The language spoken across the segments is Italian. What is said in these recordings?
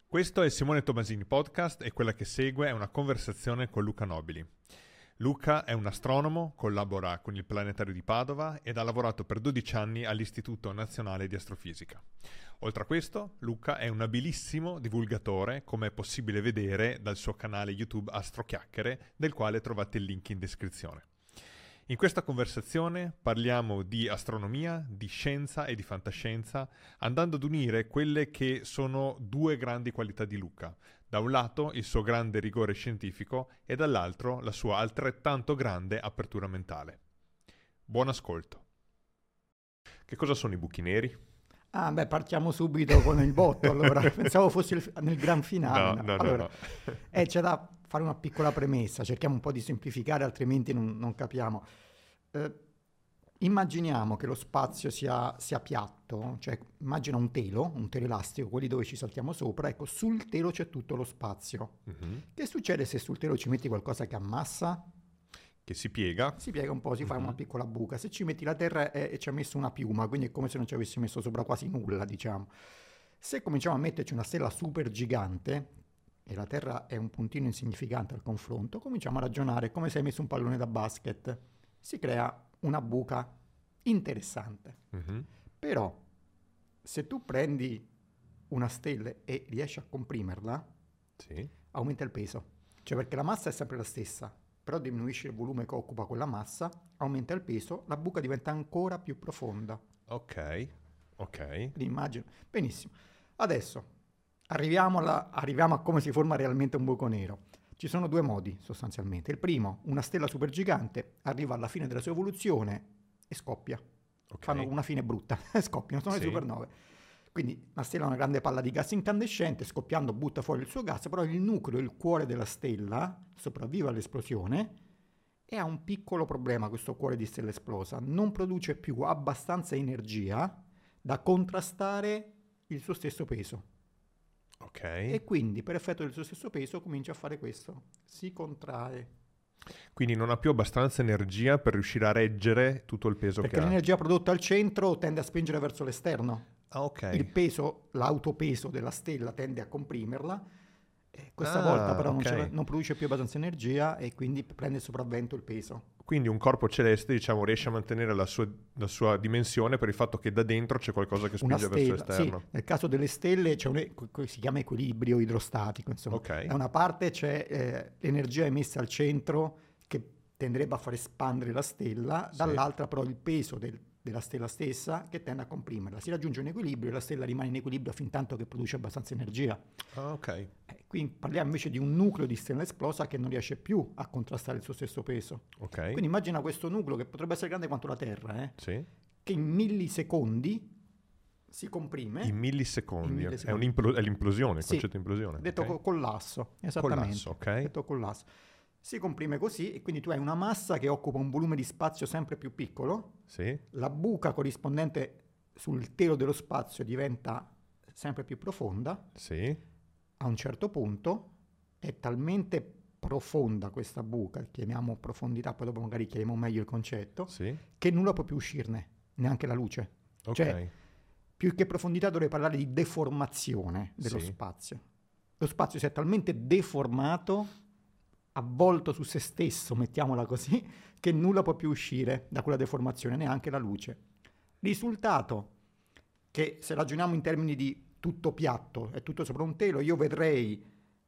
Questo è il Simone Tomasini Podcast e quella che segue è una conversazione con Luca Nobili. Luca è un astronomo, collabora con il Planetario di Padova ed ha lavorato per 12 anni all'Istituto Nazionale di Astrofisica. Oltre a questo, Luca è un abilissimo divulgatore, come è possibile vedere dal suo canale YouTube Astrochiacchiere, del quale trovate il link in descrizione. In questa conversazione parliamo di astronomia, di scienza e di fantascienza, andando ad unire quelle che sono due grandi qualità di Luca. Da un lato il suo grande rigore scientifico e dall'altro la sua altrettanto grande apertura mentale. Buon ascolto. Che cosa sono i buchi neri? Partiamo subito con il botto, allora. Pensavo fosse nel gran finale. No. C'è da fare una piccola premessa, cerchiamo un po' di semplificare, altrimenti non capiamo. Immaginiamo che lo spazio sia piatto, cioè immagina un telo elastico, quelli dove ci saltiamo sopra, ecco, sul telo c'è tutto lo spazio. Che succede se sul telo ci metti qualcosa che ammassa? Che si piega? Si piega un po', si fa una piccola buca. Se ci metti la Terra e ci ha messo una piuma, quindi è come se non ci avessi messo sopra quasi nulla, diciamo. Se cominciamo a metterci una stella super gigante, e la Terra è un puntino insignificante al confronto, cominciamo a ragionare come se hai messo un pallone da basket. Si crea una buca interessante. Però, se tu prendi una stella e riesci a comprimerla, sì, aumenta il peso. Cioè perché la massa è sempre la stessa, però diminuisce il volume che occupa quella massa, aumenta il peso, la buca diventa ancora più profonda. Ok. Quindi immagino. Benissimo. Adesso arriviamo a come si forma realmente un buco nero. Ci sono due modi sostanzialmente. Il primo, una stella supergigante arriva alla fine della sua evoluzione e scoppia. Fanno una fine brutta, scoppiano, sono le supernove. Quindi la stella è una grande palla di gas incandescente, scoppiando butta fuori il suo gas, però il nucleo, il cuore della stella, sopravvive all'esplosione e ha un piccolo problema questo cuore di stella esplosa. Non produce più abbastanza energia da contrastare il suo stesso peso. Ok. E quindi per effetto del suo stesso peso comincia a fare questo, si contrae. Quindi non ha più abbastanza energia per riuscire a reggere tutto il peso Perché che ha. l'energia prodotta al centro tende a spingere verso l'esterno. Ah, ok. Il peso, l'autopeso della stella tende a comprimerla. Questa volta però non produce più abbastanza energia e quindi prende il sopravvento il peso. Quindi un corpo celeste, diciamo, riesce a mantenere la sua dimensione per il fatto che da dentro c'è qualcosa che spinge verso l'esterno. Sì, nel caso delle stelle c'è si chiama equilibrio idrostatico, insomma. Okay. Da una parte c'è l'energia emessa al centro che tenderebbe a far espandere la stella, dall'altra però il peso della stella stessa che tende a comprimerla. Si raggiunge un equilibrio e la stella rimane in equilibrio fin tanto che produce abbastanza energia. Ah, ok. Qui parliamo invece di un nucleo di stella esplosa che non riesce più a contrastare il suo stesso peso. Ok. Quindi immagina questo nucleo che potrebbe essere grande quanto la Terra, Sì. che in millisecondi si comprime. In millisecondi. È È l'implosione, il concetto di implosione. Detto collasso, esattamente. Collasso, ok. Detto collasso. Si comprime così e quindi tu hai una massa che occupa un volume di spazio sempre più piccolo. Sì. La buca corrispondente sul telo dello spazio diventa sempre più profonda. Sì. A un certo punto è talmente profonda questa buca, chiamiamo profondità, poi dopo magari chiariamo meglio il concetto, che nulla può più uscirne, neanche la luce. Ok. Cioè, più che profondità dovrei parlare di deformazione dello spazio. Lo spazio si è talmente deformato, avvolto su se stesso, mettiamola così, che nulla può più uscire da quella deformazione, neanche la luce. Risultato che se ragioniamo in termini di tutto piatto, è tutto sopra un telo, io vedrei,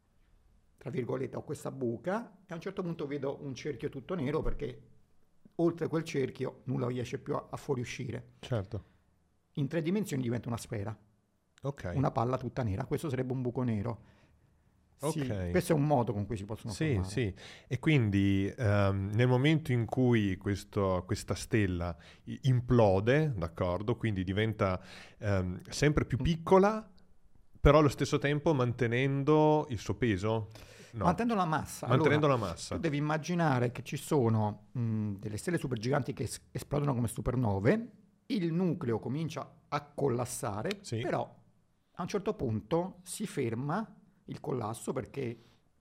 tra virgolette, ho questa buca e a un certo punto vedo un cerchio tutto nero perché oltre quel cerchio nulla riesce più a fuoriuscire. Certo. In 3 dimensioni diventa una sfera, una palla tutta nera, questo sarebbe un buco nero. Sì, questo è un modo con cui si possono formare. Sì. E quindi nel momento in cui questa stella implode, d'accordo, quindi diventa sempre più piccola, però allo stesso tempo mantenendo il suo peso? No. Mantenendo la massa. Mantenendo la massa. Tu devi immaginare che ci sono delle stelle supergiganti che esplodono come supernove, il nucleo comincia a collassare, però a un certo punto si ferma il collasso perché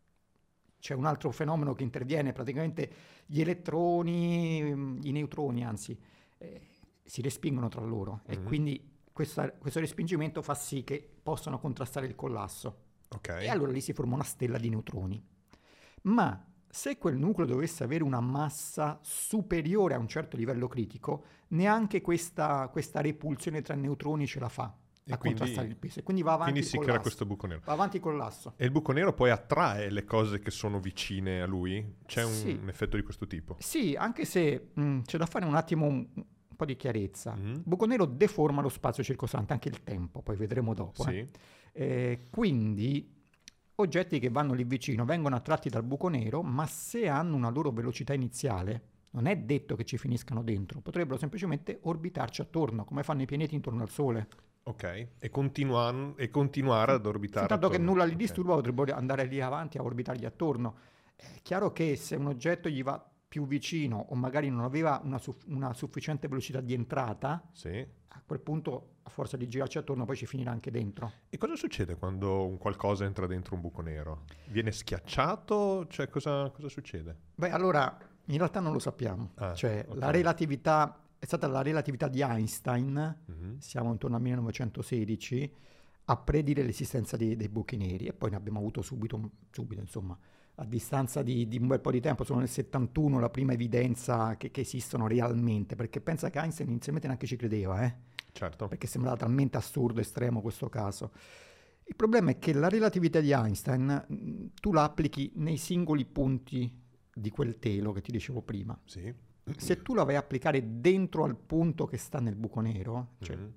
c'è un altro fenomeno che interviene, praticamente gli elettroni, i neutroni anzi, si respingono tra loro e quindi questo respingimento fa sì che possano contrastare il collasso. Ok. E allora lì si forma una stella di neutroni. Ma se quel nucleo dovesse avere una massa superiore a un certo livello critico, neanche questa repulsione tra neutroni ce la fa E a contrastare quindi, il peso. E quindi va avanti quindi il si crea collasso. questo buco nero. Va avanti il collasso. E il buco nero poi attrae le cose che sono vicine a lui? C'è Sì. un effetto di questo tipo? Sì, anche se c'è da fare un attimo un po' di chiarezza. Mhm. Il buco nero deforma lo spazio circostante, anche il tempo, poi vedremo dopo. Sì. Quindi oggetti che vanno lì vicino vengono attratti dal buco nero, ma se hanno una loro velocità iniziale, non è detto che ci finiscano dentro, potrebbero semplicemente orbitarci attorno, come fanno i pianeti intorno al Sole. Ok. E continuare ad orbitare Fintanto che attorno. nulla li Ok. disturba, potrebbero andare lì avanti a orbitargli attorno. È chiaro che se un oggetto gli va più vicino o magari non aveva una sufficiente velocità di entrata, Sì. a quel punto, a forza di girarci attorno, poi ci finirà anche dentro. E cosa succede quando un qualcosa entra dentro un buco nero? Viene schiacciato? Cioè, cosa succede? Beh, allora, in realtà non lo sappiamo. Ah, Cioè, ok. la relatività, è stata la relatività di Einstein, Mhm. siamo intorno al 1916, a predire l'esistenza dei buchi neri. E poi ne abbiamo avuto subito, insomma, a distanza di un bel po' di tempo, solo nel 71 la prima evidenza che esistono realmente, perché pensa che Einstein inizialmente neanche ci credeva, Certo. perché sembrava talmente assurdo, estremo questo caso. Il problema è che la relatività di Einstein tu la applichi nei singoli punti di quel telo che ti dicevo prima. Sì. Se tu la vai a applicare dentro al punto che sta nel buco nero, cioè, Mhm.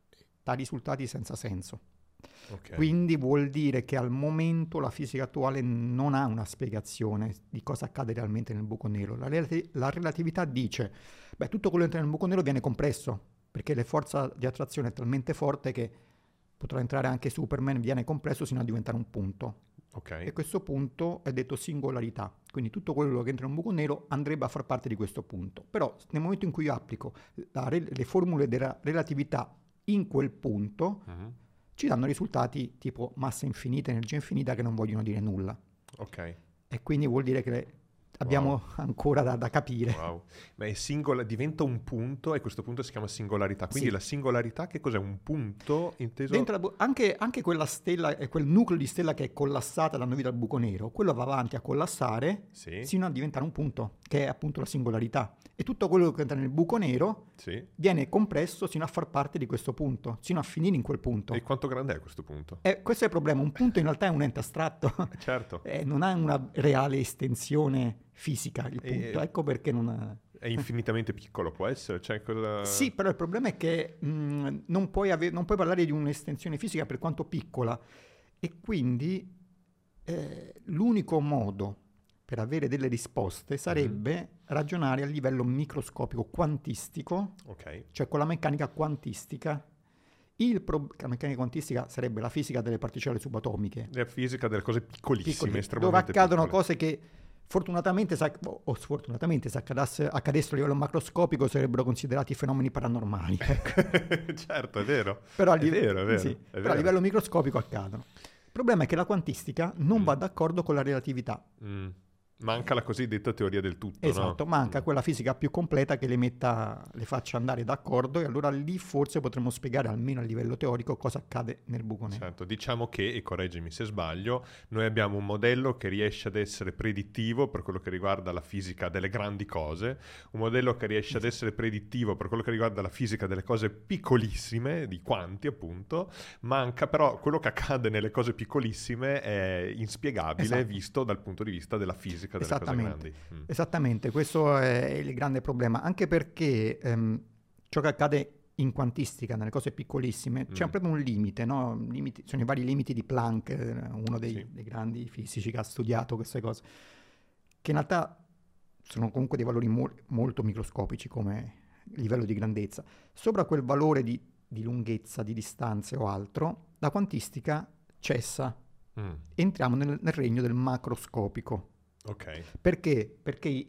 dà risultati senza senso. Ok. Quindi vuol dire che al momento la fisica attuale non ha una spiegazione di cosa accade realmente nel buco nero. La relatività dice, beh, tutto quello che entra nel buco nero viene compresso, perché la forza di attrazione è talmente forte che potrà entrare anche Superman, viene compresso sino a diventare un punto. Ok. E questo punto è detto singolarità, quindi tutto quello che entra in un buco nero andrebbe a far parte di questo punto. Però nel momento in cui io applico le formule della relatività in quel punto, Mhm. ci danno risultati tipo massa infinita, energia infinita che non vogliono dire nulla. Ok. E quindi vuol dire che abbiamo ancora da capire. Wow. Ma è diventa un punto e questo punto si chiama singolarità. Quindi Sì. la singolarità che cos'è? Un punto inteso... Dentro anche quella stella, quel nucleo di stella che è collassata da noi dal buco nero, quello va avanti a collassare Sì. sino a diventare un punto, che è appunto la singolarità. E tutto quello che entra nel buco nero Sì. viene compresso sino a far parte di questo punto, sino a finire in quel punto. E quanto grande è questo punto? Questo è il problema, un punto in realtà è un ente astratto, Certo. non ha una reale estensione fisica il E- punto, ecco perché non ha... È infinitamente piccolo, può essere? Cioè, cosa... Sì, però il problema è che non puoi parlare di un'estensione fisica per quanto piccola e quindi l'unico modo per avere delle risposte sarebbe ragionare a livello microscopico quantistico, Ok. cioè con la meccanica quantistica. La meccanica quantistica sarebbe la fisica delle particelle subatomiche, La fisica delle cose piccolissime, piccole, dove estremamente accadono piccole. cose che fortunatamente o sfortunatamente se accadessero a livello macroscopico sarebbero considerati fenomeni paranormali. Ecco. Certo, è vero. Però a È vero, è vero. sì, è però a vero. livello microscopico accadono. Il problema è che la quantistica non va d'accordo con la relatività. Mm. Manca la cosiddetta teoria del tutto, Esatto, no? manca quella fisica più completa che le faccia andare d'accordo e allora lì forse potremmo spiegare almeno a livello teorico cosa accade nel buco nero. Certo, diciamo che, e correggimi se sbaglio, noi abbiamo un modello che riesce ad essere predittivo per quello che riguarda la fisica delle grandi cose, un modello che riesce ad essere predittivo per quello che riguarda la fisica delle cose piccolissime, di quanti appunto, manca però quello che accade nelle cose piccolissime è inspiegabile Esatto. visto dal punto di vista della fisica delle cose grandi. Esattamente, questo è il grande problema, anche perché ciò che accade in quantistica, nelle cose piccolissime, c'è proprio un limite, no? Sono i vari limiti di Planck, uno dei grandi fisici che ha studiato queste cose, che in realtà sono comunque dei valori molto microscopici come livello di grandezza. Sopra quel valore di lunghezza, di distanze o altro, la quantistica cessa. Entriamo nel regno del macroscopico. Ok. Perché? Perché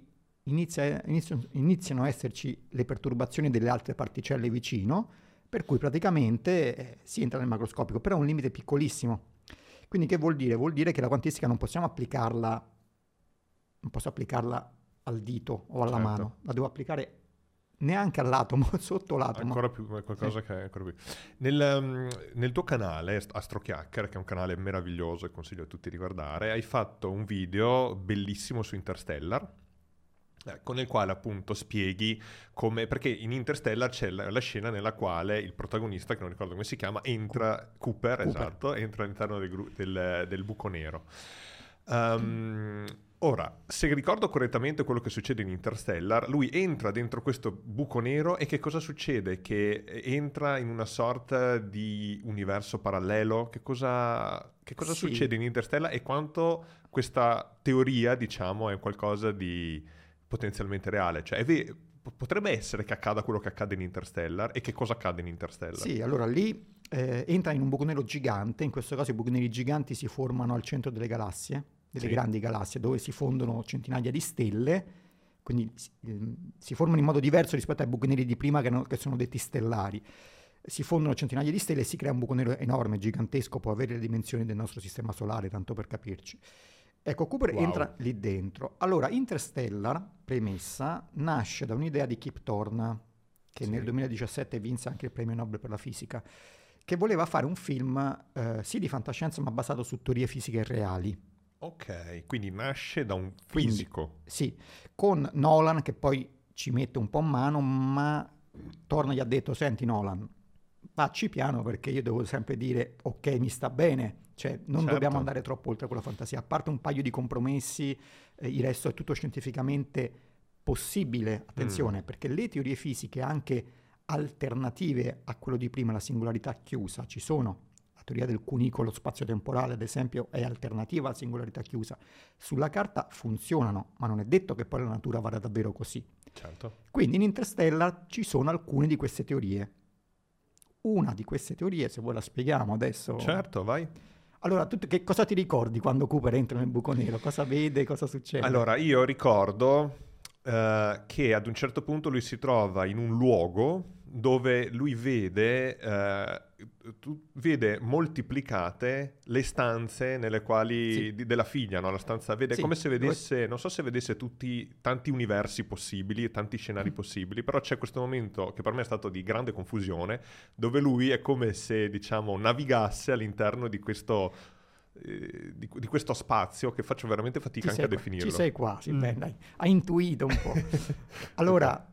iniziano a esserci le perturbazioni delle altre particelle vicino, per cui praticamente si entra nel macroscopico, però a un limite piccolissimo. Quindi che vuol dire? Vuol dire che la quantistica non posso applicarla al dito o alla Certo. mano, la devo applicare neanche all'atomo, sotto l'atomo. Ancora più, qualcosa che è ancora più. Nel tuo canale, Astrochiacchiere, che è un canale meraviglioso e consiglio a tutti di guardare, hai fatto un video bellissimo su Interstellar, con il quale appunto spieghi come, perché in Interstellar c'è la scena nella quale il protagonista, che non ricordo come si chiama, Cooper. Esatto, entra all'interno del buco nero. Ora, se ricordo correttamente quello che succede in Interstellar, lui entra dentro questo buco nero e che cosa succede? Che entra in una sorta di universo parallelo? Che cosa Sì. succede in Interstellar e quanto questa teoria, diciamo, è qualcosa di potenzialmente reale? Cioè, potrebbe essere che accada quello che accade in Interstellar, e che cosa accade in Interstellar? Sì, allora lì entra in un buco nero gigante, in questo caso i buchi neri giganti si formano al centro delle galassie, delle grandi galassie, dove si fondono centinaia di stelle, quindi si formano in modo diverso rispetto ai buchi neri di prima che sono detti stellari. Si fondono centinaia di stelle e si crea un buco nero enorme, gigantesco, può avere le dimensioni del nostro sistema solare, tanto per capirci. Ecco, Cooper entra lì dentro. Allora, Interstellar, premessa, nasce da un'idea di Kip Thorne, che nel 2017 vinse anche il premio Nobel per la fisica, che voleva fare un film sì di fantascienza, ma basato su teorie fisiche reali. Ok, quindi nasce da un fisico. Quindi, sì, con Nolan che poi ci mette un po' mano, ma Thorne gli ha detto: senti Nolan, facci piano perché io devo sempre dire ok, mi sta bene, cioè non dobbiamo andare troppo oltre quella fantasia, a parte un paio di compromessi, il resto è tutto scientificamente possibile, attenzione, perché le teorie fisiche anche alternative a quello di prima, la singolarità chiusa, ci sono. La teoria del cunicolo spazio-temporale, ad esempio, è alternativa alla singolarità chiusa. Sulla carta funzionano, ma non è detto che poi la natura vada davvero così. Certo. Quindi in Interstellar ci sono alcune di queste teorie. Una di queste teorie, se voi la spieghiamo adesso... Certo, vai. Allora, che cosa ti ricordi quando Cooper entra nel buco nero? Cosa vede? Cosa succede? Allora, io ricordo che ad un certo punto lui si trova in un luogo dove lui vede moltiplicate le stanze nelle quali della figlia, no? La stanza vede come se vedesse, non so se vedesse tanti universi possibili, tanti scenari possibili, però c'è questo momento che per me è stato di grande confusione, dove lui è come se, diciamo, navigasse all'interno di questo di questo spazio che faccio veramente fatica anche a definirlo. Ci sei quasi, beh, dai, hai intuito un po'. Allora,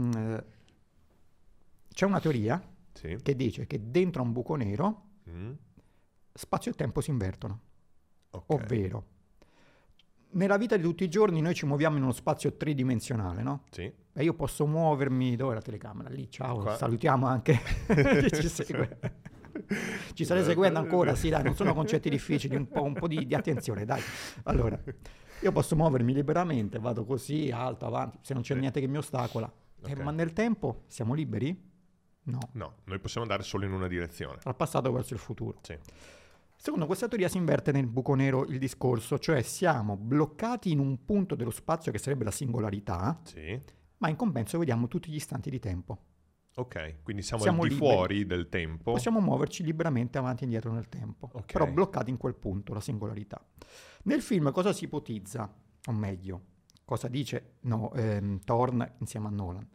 c'è una teoria che dice che dentro a un buco nero spazio e tempo si invertono. Okay. Ovvero, nella vita di tutti i giorni noi ci muoviamo in uno spazio tridimensionale, no? Sì. E io posso muovermi... Dove è la telecamera? Lì, ciao, qua. Salutiamo anche chi ci segue. Ci state seguendo ancora? Sì, dai, non sono concetti difficili, un po' di attenzione, dai. Allora, io posso muovermi liberamente, vado così, alto, avanti, se non c'è niente che mi ostacola. Ma nel tempo siamo liberi? No. No, noi possiamo andare solo in una direzione. Dal passato verso il futuro. Sì. Secondo questa teoria si inverte nel buco nero il discorso, cioè siamo bloccati in un punto dello spazio che sarebbe la singolarità, ma in compenso vediamo tutti gli istanti di tempo. Ok, quindi siamo al di fuori del tempo. Possiamo muoverci liberamente avanti e indietro nel tempo, però bloccati in quel punto, la singolarità. Nel film cosa si ipotizza? O meglio, cosa dice Thorne insieme a Nolan?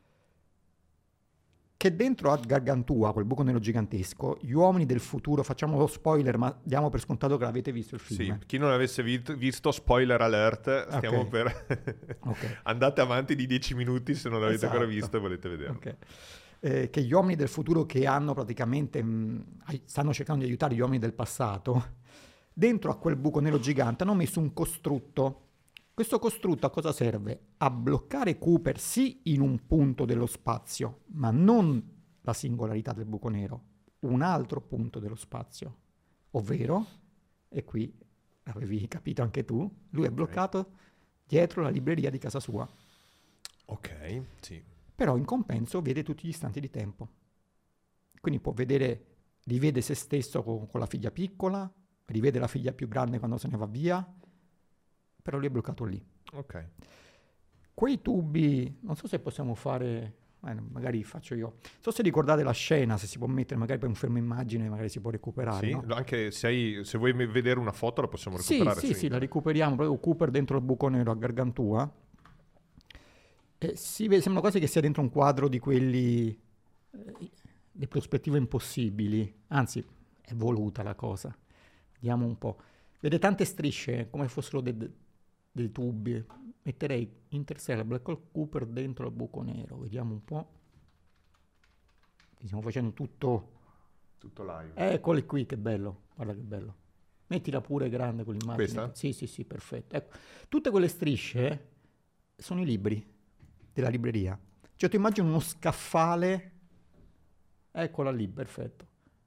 Che dentro a Gargantua, quel buco nero gigantesco, gli uomini del futuro, facciamo lo spoiler, ma diamo per scontato che l'avete visto il film. Sì, chi non l'avesse visto, spoiler alert, stiamo per... Andate avanti di 10 minuti se non l'avete ancora visto e volete vederlo. Che gli uomini del futuro che hanno praticamente, stanno cercando di aiutare gli uomini del passato, dentro a quel buco nero gigante hanno messo un costrutto. Questo costrutto a cosa serve? A bloccare Cooper sì in un punto dello spazio, ma non la singolarità del buco nero, un altro punto dello spazio, ovvero, e qui avevi capito anche tu, lui è bloccato dietro la libreria di casa sua. Ok, sì. Però in compenso vede tutti gli istanti di tempo. Quindi può vedere, rivede se stesso con la figlia piccola, rivede la figlia più grande quando se ne va via, però lui è bloccato lì. Ok. Quei tubi, non so se possiamo fare, magari faccio io. Non so se ricordate la scena, se si può mettere magari per un fermo immagine, magari si può recuperare. Sì, no? Anche se vuoi vedere una foto la possiamo recuperare. Sì, la recuperiamo, proprio Cooper dentro il buco nero a Gargantua. Si vede, sembra quasi che sia dentro un quadro di quelli, le prospettive impossibili, anzi è voluta la cosa, vediamo un po'. Vede tante strisce come fossero dei tubi, metterei Interstellar, Black Hole Cooper dentro il buco nero, vediamo un po'. Stiamo facendo tutto live. Eccoli qui, che bello, guarda che bello. Mettila pure grande con l'immagine. Questa? Sì, perfetto. Ecco, tutte quelle strisce sono i libri della libreria. Cioè tu immagini uno scaffale, eccola lì, perfetto.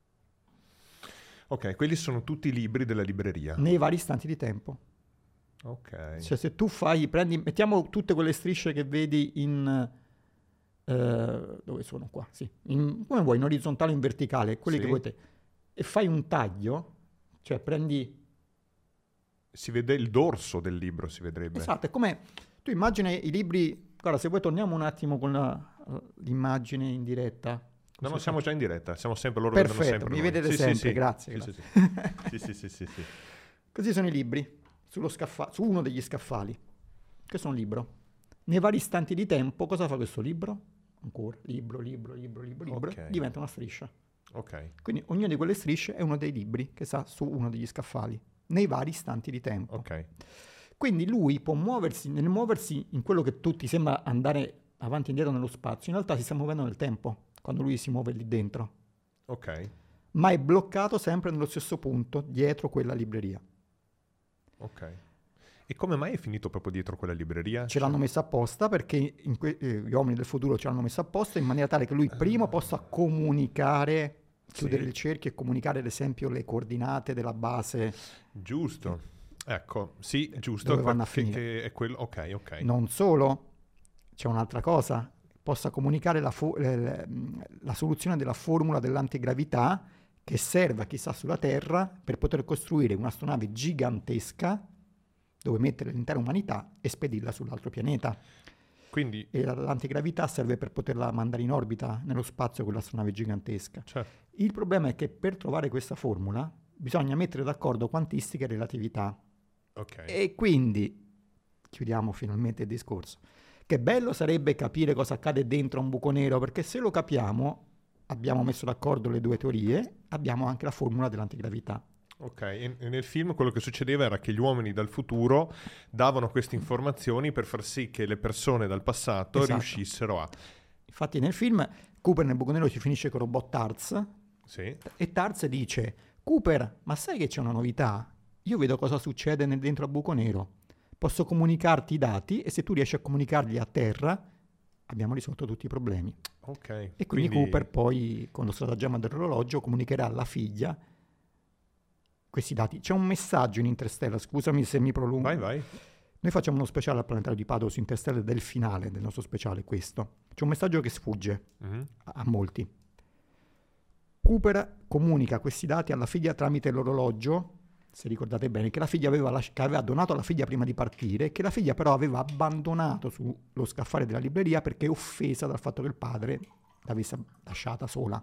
Ok, quelli sono tutti i libri della libreria. Nei vari istanti di tempo. Ok. Cioè se tu mettiamo tutte quelle strisce che vedi in... dove sono qua? Sì. Come vuoi, in orizzontale o in verticale, quelli che vuoi te. E fai un taglio, cioè prendi... Si vede il dorso del libro, si vedrebbe. Esatto, è come... Tu immagini i libri... Guarda, se vuoi torniamo un attimo con l'immagine in diretta. No, siamo già in diretta, siamo sempre, loro Perfetto, vedono sempre mi noi. vedete sempre, grazie. Sì. Così sono i libri, su uno degli scaffali. Questo è un libro. Nei vari istanti di tempo, cosa fa questo libro? Ancora, libro, Ok. diventa una striscia. Ok. Quindi ognuna di quelle strisce è uno dei libri che sta su uno degli scaffali, nei vari istanti di tempo. Ok. Quindi lui può muoversi, nel muoversi in quello che tu ti sembra andare avanti e indietro nello spazio, in realtà si sta muovendo nel tempo, quando lui si muove lì dentro. Ok. Ma è bloccato sempre nello stesso punto, dietro quella libreria. Ok. E come mai è finito proprio dietro quella libreria? Ce l'hanno messa apposta perché gli uomini del futuro ce l'hanno messa apposta in maniera tale che lui prima possa comunicare, chiudere il cerchio e comunicare ad esempio le coordinate della base. Giusto. Ecco, sì, giusto. Dove vanno a finire. Che è quello. Ok. Non solo, c'è un'altra cosa, possa comunicare la soluzione della formula dell'antigravità che serve a chi sta sulla Terra per poter costruire un'astronave gigantesca dove mettere l'intera umanità e spedirla sull'altro pianeta. Quindi... E l'antigravità serve per poterla mandare in orbita nello spazio con l'astronave gigantesca. Certo. Il problema è che per trovare questa formula bisogna mettere d'accordo quantistica e relatività. Ok. E quindi, chiudiamo finalmente il discorso, che bello sarebbe capire cosa accade dentro un buco nero, perché se lo capiamo, abbiamo messo d'accordo le due teorie, abbiamo anche la formula dell'antigravità. Ok, e nel film quello che succedeva era che gli uomini dal futuro davano queste informazioni per far sì che le persone dal passato riuscissero a... Infatti nel film Cooper nel buco nero si finisce con il robot TARS, Sì. e TARS dice: Cooper, ma sai che c'è una novità? Io vedo cosa succede dentro al buco nero. Posso comunicarti i dati e se tu riesci a comunicarli a terra abbiamo risolto tutti i problemi. Ok. E quindi Cooper poi con lo stratagemma dell'orologio comunicherà alla figlia questi dati. C'è un messaggio in Interstellar, scusami se mi prolungo. Vai. Noi facciamo uno speciale al Planetario di Padova su Interstellar del finale del nostro speciale, questo. C'è un messaggio che sfugge a molti. Cooper comunica questi dati alla figlia tramite l'orologio, se ricordate bene, che la figlia che aveva donato alla figlia prima di partire, che la figlia però aveva abbandonato sullo scaffale della libreria perché offesa dal fatto che il padre l'avesse lasciata sola.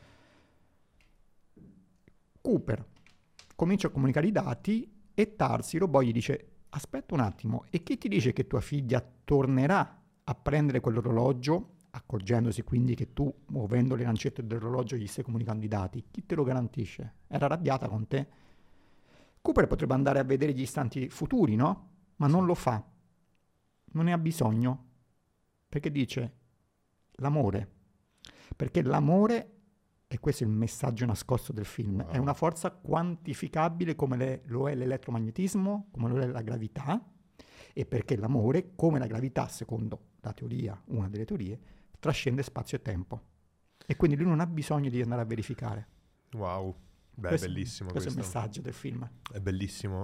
Cooper comincia a comunicare i dati e Tarsi, il robot, gli dice: aspetta un attimo, e chi ti dice che tua figlia tornerà a prendere quell'orologio, accorgendosi quindi che tu, muovendo le lancette dell'orologio, gli stai comunicando i dati? Chi te lo garantisce? Era arrabbiata con te? Cooper potrebbe andare a vedere gli istanti futuri, no? Ma non lo fa. Non ne ha bisogno. Perché dice l'amore. Perché l'amore, e questo è il messaggio nascosto del film, è una forza quantificabile come lo è l'elettromagnetismo, come lo è la gravità, e perché l'amore, come la gravità, secondo la teoria, una delle teorie, trascende spazio e tempo. E quindi lui non ha bisogno di andare a verificare. Wow. Beh, questo, è bellissimo questo è il messaggio del film. È bellissimo.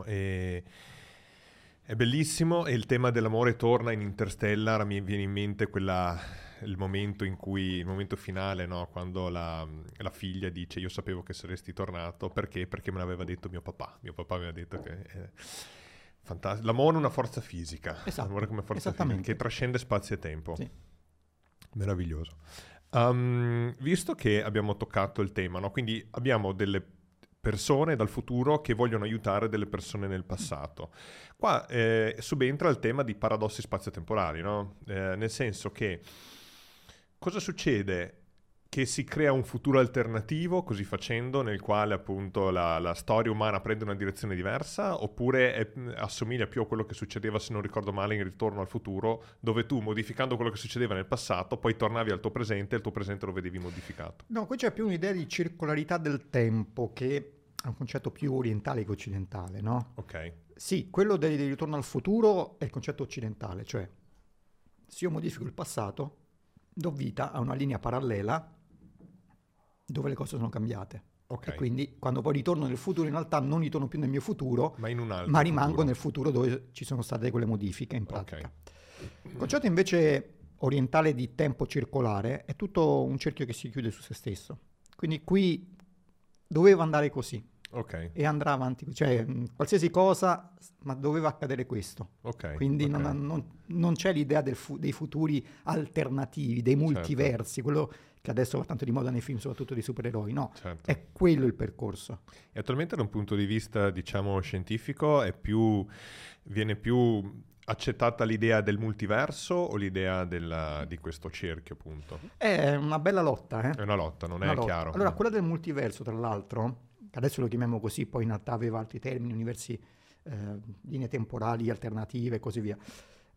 È bellissimo e il tema dell'amore torna in Interstellar. Mi viene in mente il momento finale, no? Quando la figlia dice: io sapevo che saresti tornato, perché me l'aveva detto mio papà mi aveva detto che fantastico. L'amore è una forza fisica. Esatto, l'amore come forza fisica che trascende spazio e tempo. Sì. Meraviglioso. Visto che abbiamo toccato il tema, no? Quindi abbiamo delle persone dal futuro che vogliono aiutare delle persone nel passato. Qua subentra il tema di paradossi spazio-temporali, no? Nel senso che cosa succede? Che si crea un futuro alternativo, così facendo, nel quale appunto la storia umana prende una direzione diversa, oppure assomiglia più a quello che succedeva, se non ricordo male, in Ritorno al futuro, dove tu, modificando quello che succedeva nel passato, poi tornavi al tuo presente e il tuo presente lo vedevi modificato. No, qui c'è più un'idea di circolarità del tempo, che è un concetto più orientale che occidentale, no? Ok. Sì, quello del ritorno al futuro è il concetto occidentale, cioè se io modifico il passato, do vita a una linea parallela dove le cose sono cambiate. Ok. E quindi quando poi ritorno nel futuro, in realtà non ritorno più nel mio futuro, Ma in un altro ma rimango futuro. nel futuro dove ci sono state quelle modifiche in pratica. Ok. Il concetto invece orientale di tempo circolare è tutto un cerchio che si chiude su se stesso. Quindi qui doveva andare così Ok. e andrà avanti, cioè qualsiasi cosa, ma doveva accadere questo. Ok. Quindi ok. non c'è l'idea dei futuri alternativi, dei multiversi, quello che adesso va tanto di moda nei film, soprattutto di supereroi. No, Certo. è quello il percorso. E attualmente da un punto di vista, diciamo, scientifico, viene più accettata l'idea del multiverso o l'idea di questo cerchio, appunto? È una bella lotta, È una lotta, non Una è lotta. chiaro. Allora, quella del multiverso, tra l'altro, che adesso lo chiamiamo così, poi in realtà aveva altri termini, universi, linee temporali alternative e così via.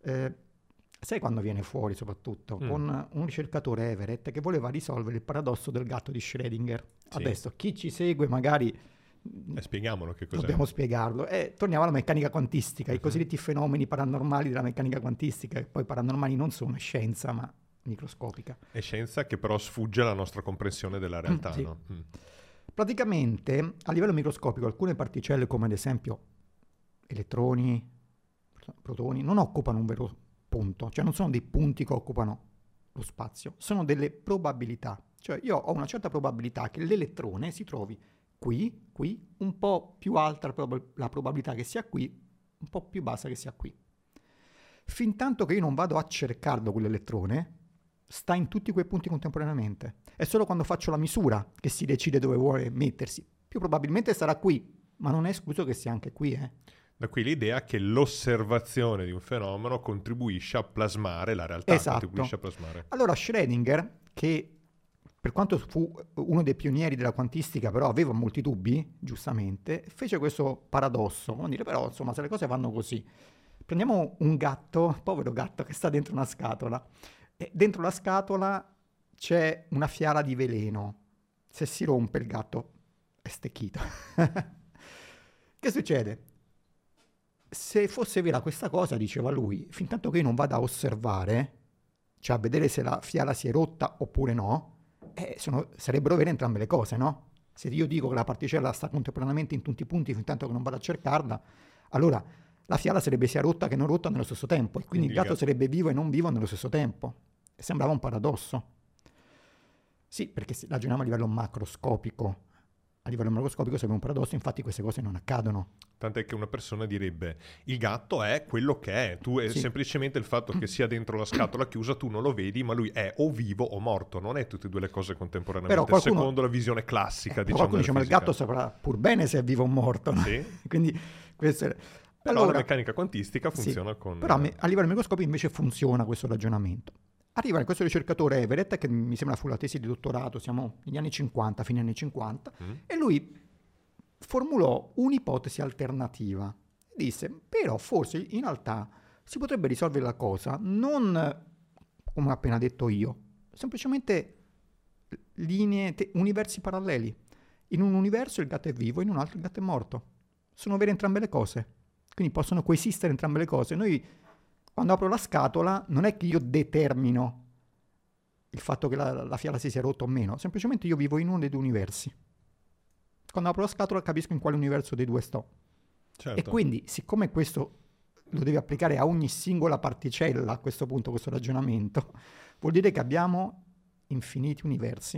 Sai quando viene fuori, soprattutto? Con un ricercatore, Everett, che voleva risolvere il paradosso del gatto di Schrödinger. Sì. Adesso, chi ci segue magari... Spieghiamolo che cos'è. Dobbiamo spiegarlo. Torniamo alla meccanica quantistica, i cosiddetti fenomeni paranormali della meccanica quantistica, che poi paranormali non sono, è scienza, ma microscopica. È scienza che però sfugge alla nostra comprensione della realtà, Sì. no? Praticamente, a livello microscopico, alcune particelle, come ad esempio elettroni, protoni, non occupano un vero punto, cioè non sono dei punti che occupano lo spazio, sono delle probabilità. Cioè io ho una certa probabilità che l'elettrone si trovi qui, un po' più alta la probabilità che sia qui, un po' più bassa che sia qui. Fin tanto che io non vado a cercarlo quell'elettrone, sta in tutti quei punti contemporaneamente. È solo quando faccio la misura che si decide dove vuole mettersi. Più probabilmente sarà qui, ma non è escluso che sia anche qui, Da qui l'idea che l'osservazione di un fenomeno contribuisce a plasmare la realtà. Esatto. Contribuisce a plasmare. Allora Schrödinger, che per quanto fu uno dei pionieri della quantistica, però aveva molti dubbi, giustamente, fece questo paradosso. Vuol dire, però, insomma, se le cose vanno così, prendiamo un gatto, povero gatto, che sta dentro una scatola, e dentro la scatola c'è una fiala di veleno. Se si rompe il gatto è stecchito. Che succede? Se fosse vera questa cosa, diceva lui, fin tanto che io non vado a osservare, cioè a vedere se la fiala si è rotta oppure no, sarebbero vere entrambe le cose, no? Se io dico che la particella sta contemporaneamente in tutti i punti fin tanto che non vado a cercarla, allora la fiala sarebbe sia rotta che non rotta nello stesso tempo, e quindi il gatto sarebbe vivo e non vivo nello stesso tempo. E sembrava un paradosso. Sì, perché se ragioniamo a livello macroscopico, a livello macroscopico sarebbe un paradosso, infatti queste cose non accadono. Tant'è che una persona direbbe, il gatto è quello che è, tu è Sì. semplicemente il fatto che sia dentro la scatola chiusa, tu non lo vedi, ma lui è o vivo o morto, non è tutte e due le cose contemporaneamente, Però qualcuno, secondo la visione classica, però diciamo, qualcuno dice, ma il della gatto saprà pur bene se è vivo o morto, no? Sì. Quindi questo è... Però Allora, la meccanica quantistica funziona sì, con... però a livello microscopico invece funziona questo ragionamento. Arriva questo ricercatore Everett, che mi sembra fu la tesi di dottorato, siamo negli anni 50, fine anni 50, e lui formulò un'ipotesi alternativa. Disse, però forse in realtà si potrebbe risolvere la cosa non come ho appena detto io, semplicemente universi paralleli. In un universo il gatto è vivo, in un altro il gatto è morto. Sono vere entrambe le cose, quindi possono coesistere entrambe le cose. Noi, quando apro la scatola, non è che io determino il fatto che la fiala si sia rotta o meno, semplicemente io vivo in uno dei due universi. Quando apro la scatola capisco in quale universo dei due sto. Certo. E quindi, siccome questo lo devi applicare a ogni singola particella, a questo punto, questo ragionamento, vuol dire che abbiamo infiniti universi,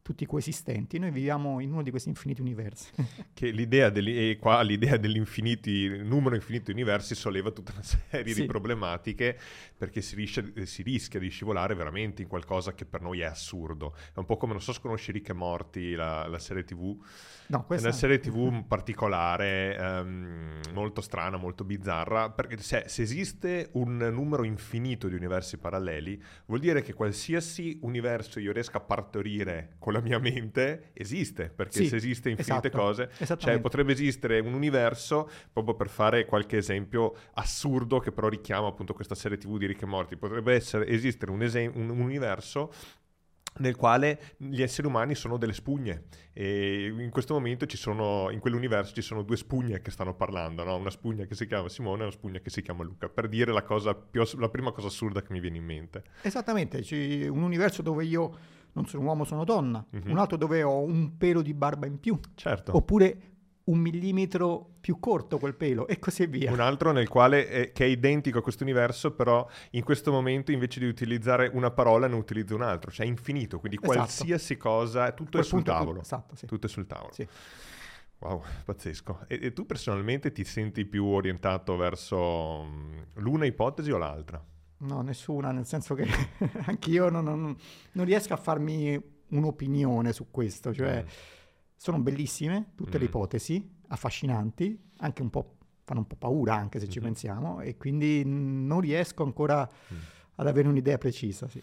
tutti coesistenti, noi viviamo in uno di questi infiniti universi. Che l'idea dell'infinito, numero infinito di universi solleva tutta una serie Sì. di problematiche, perché si rischia di scivolare veramente in qualcosa che per noi è assurdo. È un po' come, non so se conosci Rick e Morty, la serie TV. No, È una serie TV particolare, molto strana, molto bizzarra, perché se esiste un numero infinito di universi paralleli, vuol dire che qualsiasi universo io riesca a partorire con la mia mente esiste, perché Sì, se esiste infinite esatto, cose, cioè esattamente. potrebbe esistere un universo, proprio per fare qualche esempio assurdo che però richiama appunto questa serie TV di Rick e Morty, potrebbe esistere un universo nel quale gli esseri umani sono delle spugne, e in questo momento in quell'universo ci sono due spugne che stanno parlando, no? Una spugna che si chiama Simone e una spugna che si chiama Luca, per dire la prima cosa assurda che mi viene in mente. Esattamente, c'è un universo dove io non sono uomo, sono donna, Mhm. un altro dove ho un pelo di barba in più, Certo. oppure 1 millimetro più corto quel pelo, e così via. Un altro nel quale che è identico a questo universo, però in questo momento invece di utilizzare una parola ne utilizza un altro, cioè è infinito, quindi Esatto. qualsiasi cosa, tutto è Quel sul punto tavolo. esatto, sì. Tutto è sul tavolo. Sì. Wow, pazzesco. E tu personalmente ti senti più orientato verso l'una ipotesi o l'altra? No, nessuna, nel senso che anch'io non riesco a farmi un'opinione su questo, cioè sono bellissime tutte le ipotesi, affascinanti, anche fanno un po' paura anche se ci pensiamo, e quindi non riesco ancora ad avere un'idea precisa. Sì.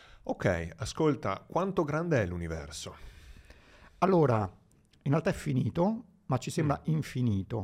Ok, ascolta, quanto grande è l'universo? Allora, in realtà è finito, ma ci sembra infinito,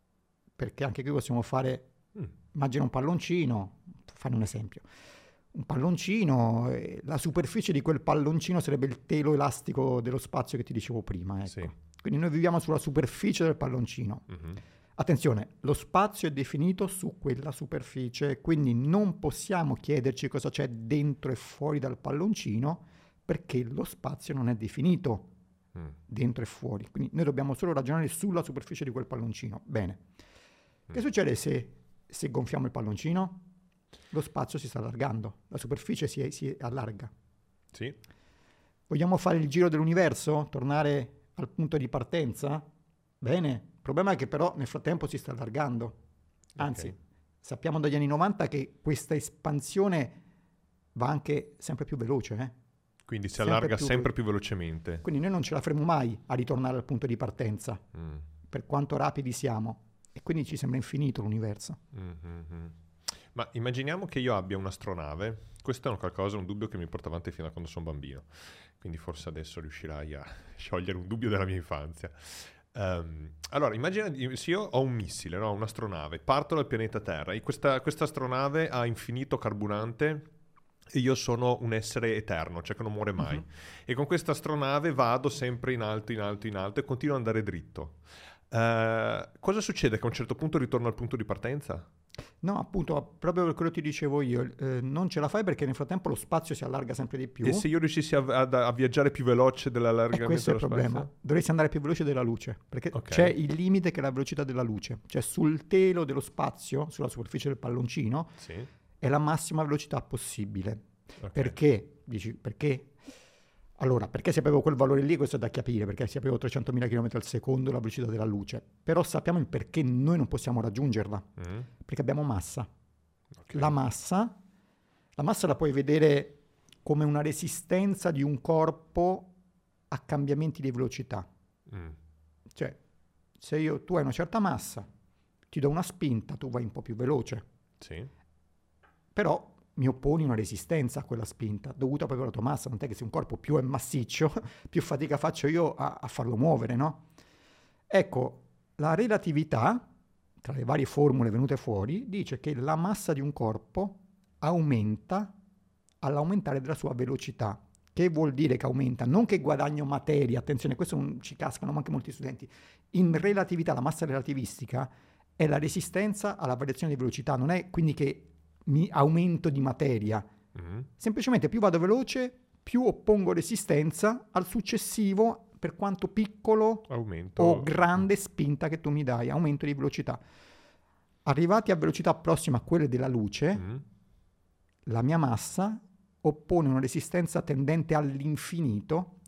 perché anche qui possiamo fare, immagina un palloncino, fare un esempio. Un palloncino, la superficie di quel palloncino sarebbe il telo elastico dello spazio che ti dicevo prima. Ecco. Sì. Quindi noi viviamo sulla superficie del palloncino. Attenzione, lo spazio è definito su quella superficie, quindi non possiamo chiederci cosa c'è dentro e fuori dal palloncino, perché lo spazio non è definito dentro e fuori. Quindi noi dobbiamo solo ragionare sulla superficie di quel palloncino. Bene. Che succede se gonfiamo il palloncino? Lo spazio si sta allargando, la superficie si allarga. Sì. Vogliamo fare il giro dell'universo? Tornare al punto di partenza? Bene, il problema è che però nel frattempo si sta allargando. Anzi, sappiamo dagli anni 90 che questa espansione va anche sempre più veloce. Quindi si allarga sempre più velocemente. Quindi noi non ce la faremo mai a ritornare al punto di partenza, per quanto rapidi siamo. E quindi ci sembra infinito l'universo. Ma immaginiamo che io abbia un'astronave. Questo è un dubbio che mi porta avanti fino a quando sono bambino. Quindi forse adesso riuscirai a sciogliere un dubbio della mia infanzia. Allora, immagina se io ho un missile, no? Un'astronave, parto dal pianeta Terra, e questa astronave ha infinito carburante e io sono un essere eterno, cioè che non muore mai. E con questa astronave vado sempre in alto, in alto, in alto, e continuo ad andare dritto. Cosa succede? Che a un certo punto ritorno al punto di partenza? No, appunto, proprio per quello che ti dicevo io, non ce la fai perché nel frattempo lo spazio si allarga sempre di più. E se io riuscissi a viaggiare più veloce dell'allargamento questo è il dello problema. spazio? Dovresti andare più veloce della luce, perché c'è il limite che è la velocità della luce. Cioè sul telo dello spazio, sulla superficie del palloncino, è la massima velocità possibile. Perché? Dici, perché? Allora, perché se avevo quel valore lì, questo è da capire, perché se avevo 300.000 km al secondo la velocità della luce. Però sappiamo il perché noi non possiamo raggiungerla, perché abbiamo massa. La massa la puoi vedere come una resistenza di un corpo a cambiamenti di velocità. Cioè, se tu hai una certa massa, ti do una spinta, tu vai un po' più veloce. Sì. Però mi opponi una resistenza a quella spinta dovuta proprio alla tua massa. Non è che se un corpo più è massiccio, più fatica faccio io a farlo muovere, no? Ecco, la relatività, tra le varie formule venute fuori, dice che la massa di un corpo aumenta all'aumentare della sua velocità. Che vuol dire che aumenta? Non che guadagno materia, attenzione, questo non ci cascano anche molti studenti. In relatività, la massa relativistica è la resistenza alla variazione di velocità, non è quindi che mi aumento di materia. Semplicemente più vado veloce, più oppongo resistenza al successivo, per quanto piccolo aumento o grande spinta che tu mi dai, aumento di velocità. Arrivati a velocità prossima a quelle della luce, la mia massa oppone una resistenza tendente all'infinito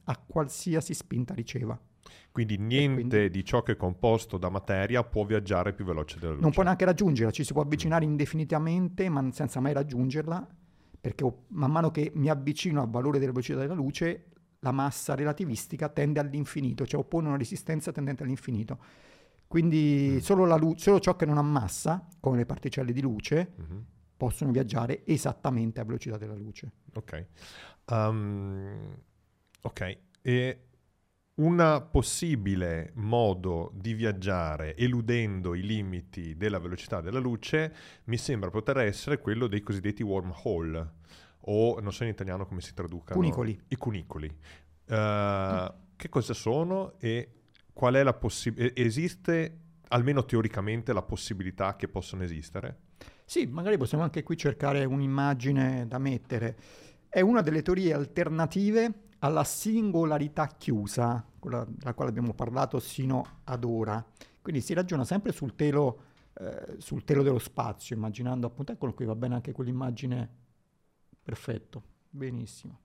a qualsiasi spinta riceva. Quindi niente di ciò che è composto da materia può viaggiare più veloce della luce. Non può neanche raggiungerla, ci si può avvicinare indefinitamente, ma senza mai raggiungerla, perché man mano che mi avvicino al valore della velocità della luce, la massa relativistica tende all'infinito, cioè oppone una resistenza tendente all'infinito. Quindi solo ciò che non ha massa, come le particelle di luce, possono viaggiare esattamente a velocità della luce. Ok. Ok. E un possibile modo di viaggiare eludendo i limiti della velocità della luce mi sembra poter essere quello dei cosiddetti wormhole, o non so in italiano come si traducano. Cunicoli. I cunicoli. Che cosa sono e qual è la possibilità? Esiste almeno teoricamente la possibilità che possono esistere? Sì, magari possiamo anche qui cercare un'immagine da mettere. È una delle teorie alternative alla singolarità chiusa, quella della quale abbiamo parlato sino ad ora. Quindi si ragiona sempre sul telo dello spazio, immaginando appunto, eccolo qui, va bene anche quell'immagine, perfetto, benissimo.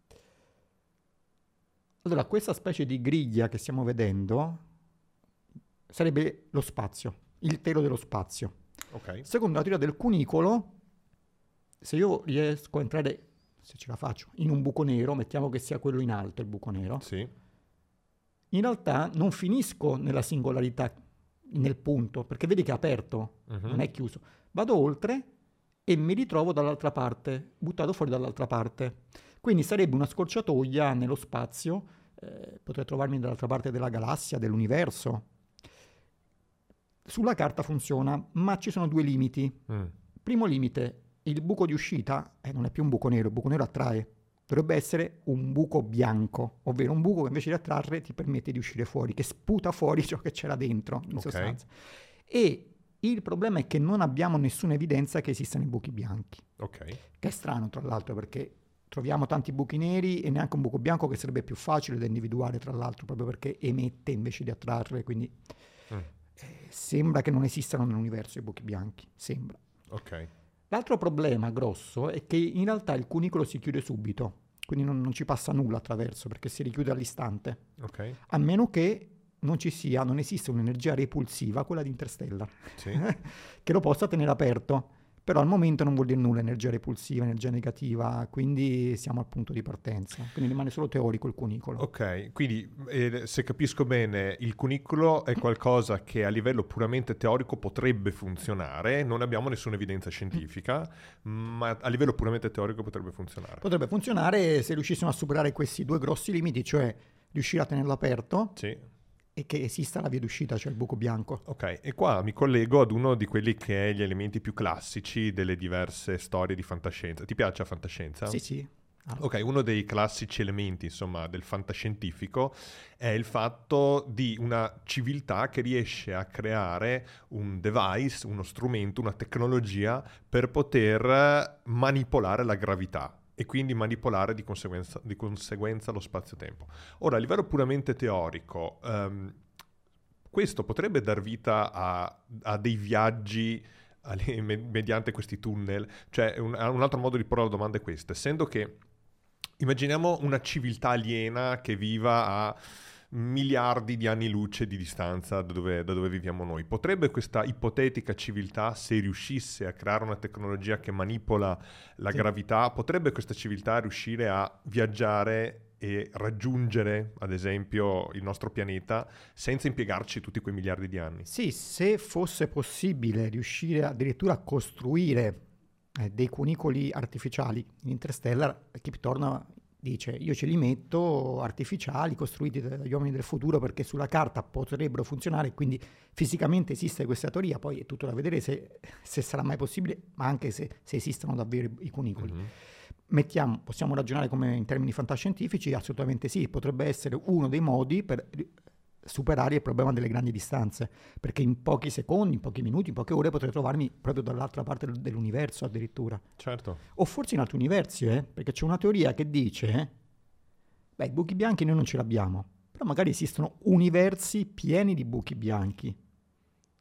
Allora, questa specie di griglia che stiamo vedendo sarebbe lo spazio, il telo dello spazio. Okay. Secondo la teoria del cunicolo, se io riesco a entrare, se ce la faccio, in un buco nero, mettiamo che sia quello in alto il buco nero, Sì. in realtà non finisco nella singolarità, nel punto, perché vedi che è aperto, non è chiuso. Vado oltre e mi ritrovo dall'altra parte, buttato fuori dall'altra parte. Quindi sarebbe una scorciatoia nello spazio, potrei trovarmi dall'altra parte della galassia, dell'universo. Sulla carta funziona, ma ci sono due limiti. Primo limite, il buco di uscita non è più un buco nero, il buco nero attrae. Dovrebbe essere un buco bianco, ovvero un buco che invece di attrarre ti permette di uscire fuori, che sputa fuori ciò che c'era dentro, in sostanza. E il problema è che non abbiamo nessuna evidenza che esistano i buchi bianchi. Okay. Che è strano, tra l'altro, perché troviamo tanti buchi neri e neanche un buco bianco, che sarebbe più facile da individuare, tra l'altro, proprio perché emette invece di attrarre, quindi sembra che non esistano nell'universo i buchi bianchi, sembra. Ok. L'altro problema grosso è che in realtà il cunicolo si chiude subito, quindi non ci passa nulla attraverso, perché si richiude all'istante. Ok. A meno che non esista un'energia repulsiva, quella di Interstellar, Sì. che lo possa tenere aperto. Però al momento non vuol dire nulla, energia repulsiva, energia negativa, quindi siamo al punto di partenza. Quindi rimane solo teorico il cunicolo. Ok, quindi se capisco bene, il cunicolo è qualcosa che a livello puramente teorico potrebbe funzionare, non abbiamo nessuna evidenza scientifica, ma a livello puramente teorico potrebbe funzionare. Potrebbe funzionare se riuscissimo a superare questi due grossi limiti, cioè riuscire a tenerlo aperto. Sì. E che esista la via d'uscita, cioè il buco bianco. Ok, e qua mi collego ad uno di quelli che è gli elementi più classici delle diverse storie di fantascienza. Ti piace la fantascienza? Sì, sì. Ok, uno dei classici elementi, insomma, del fantascientifico è il fatto di una civiltà che riesce a creare un device, uno strumento, una tecnologia per poter manipolare la gravità e quindi manipolare di conseguenza lo spazio-tempo. Ora, a livello puramente teorico, questo potrebbe dar vita a dei viaggi mediante questi tunnel? Cioè, un altro modo di porre la domanda è questo. Essendo che, immaginiamo una civiltà aliena che viva a miliardi di anni luce di distanza da dove viviamo noi. Potrebbe questa ipotetica civiltà, se riuscisse a creare una tecnologia che manipola la gravità, potrebbe questa civiltà riuscire a viaggiare e raggiungere, ad esempio, il nostro pianeta senza impiegarci tutti quei miliardi di anni? Sì, se fosse possibile riuscire addirittura a costruire dei cunicoli artificiali in Interstellar, Kip Thorne dice, io ce li metto artificiali, costruiti dagli uomini del futuro, perché sulla carta potrebbero funzionare, quindi fisicamente esiste questa teoria, poi è tutto da vedere se sarà mai possibile, ma anche se esistono davvero i cunicoli. Possiamo ragionare come in termini fantascientifici? Assolutamente sì, potrebbe essere uno dei modi per superare il problema delle grandi distanze, perché in pochi secondi, in pochi minuti, in poche ore potrei trovarmi proprio dall'altra parte dell'universo addirittura. Certo. O forse in altri universi, perché c'è una teoria che dice, i buchi bianchi noi non ce l'abbiamo, però magari esistono universi pieni di buchi bianchi.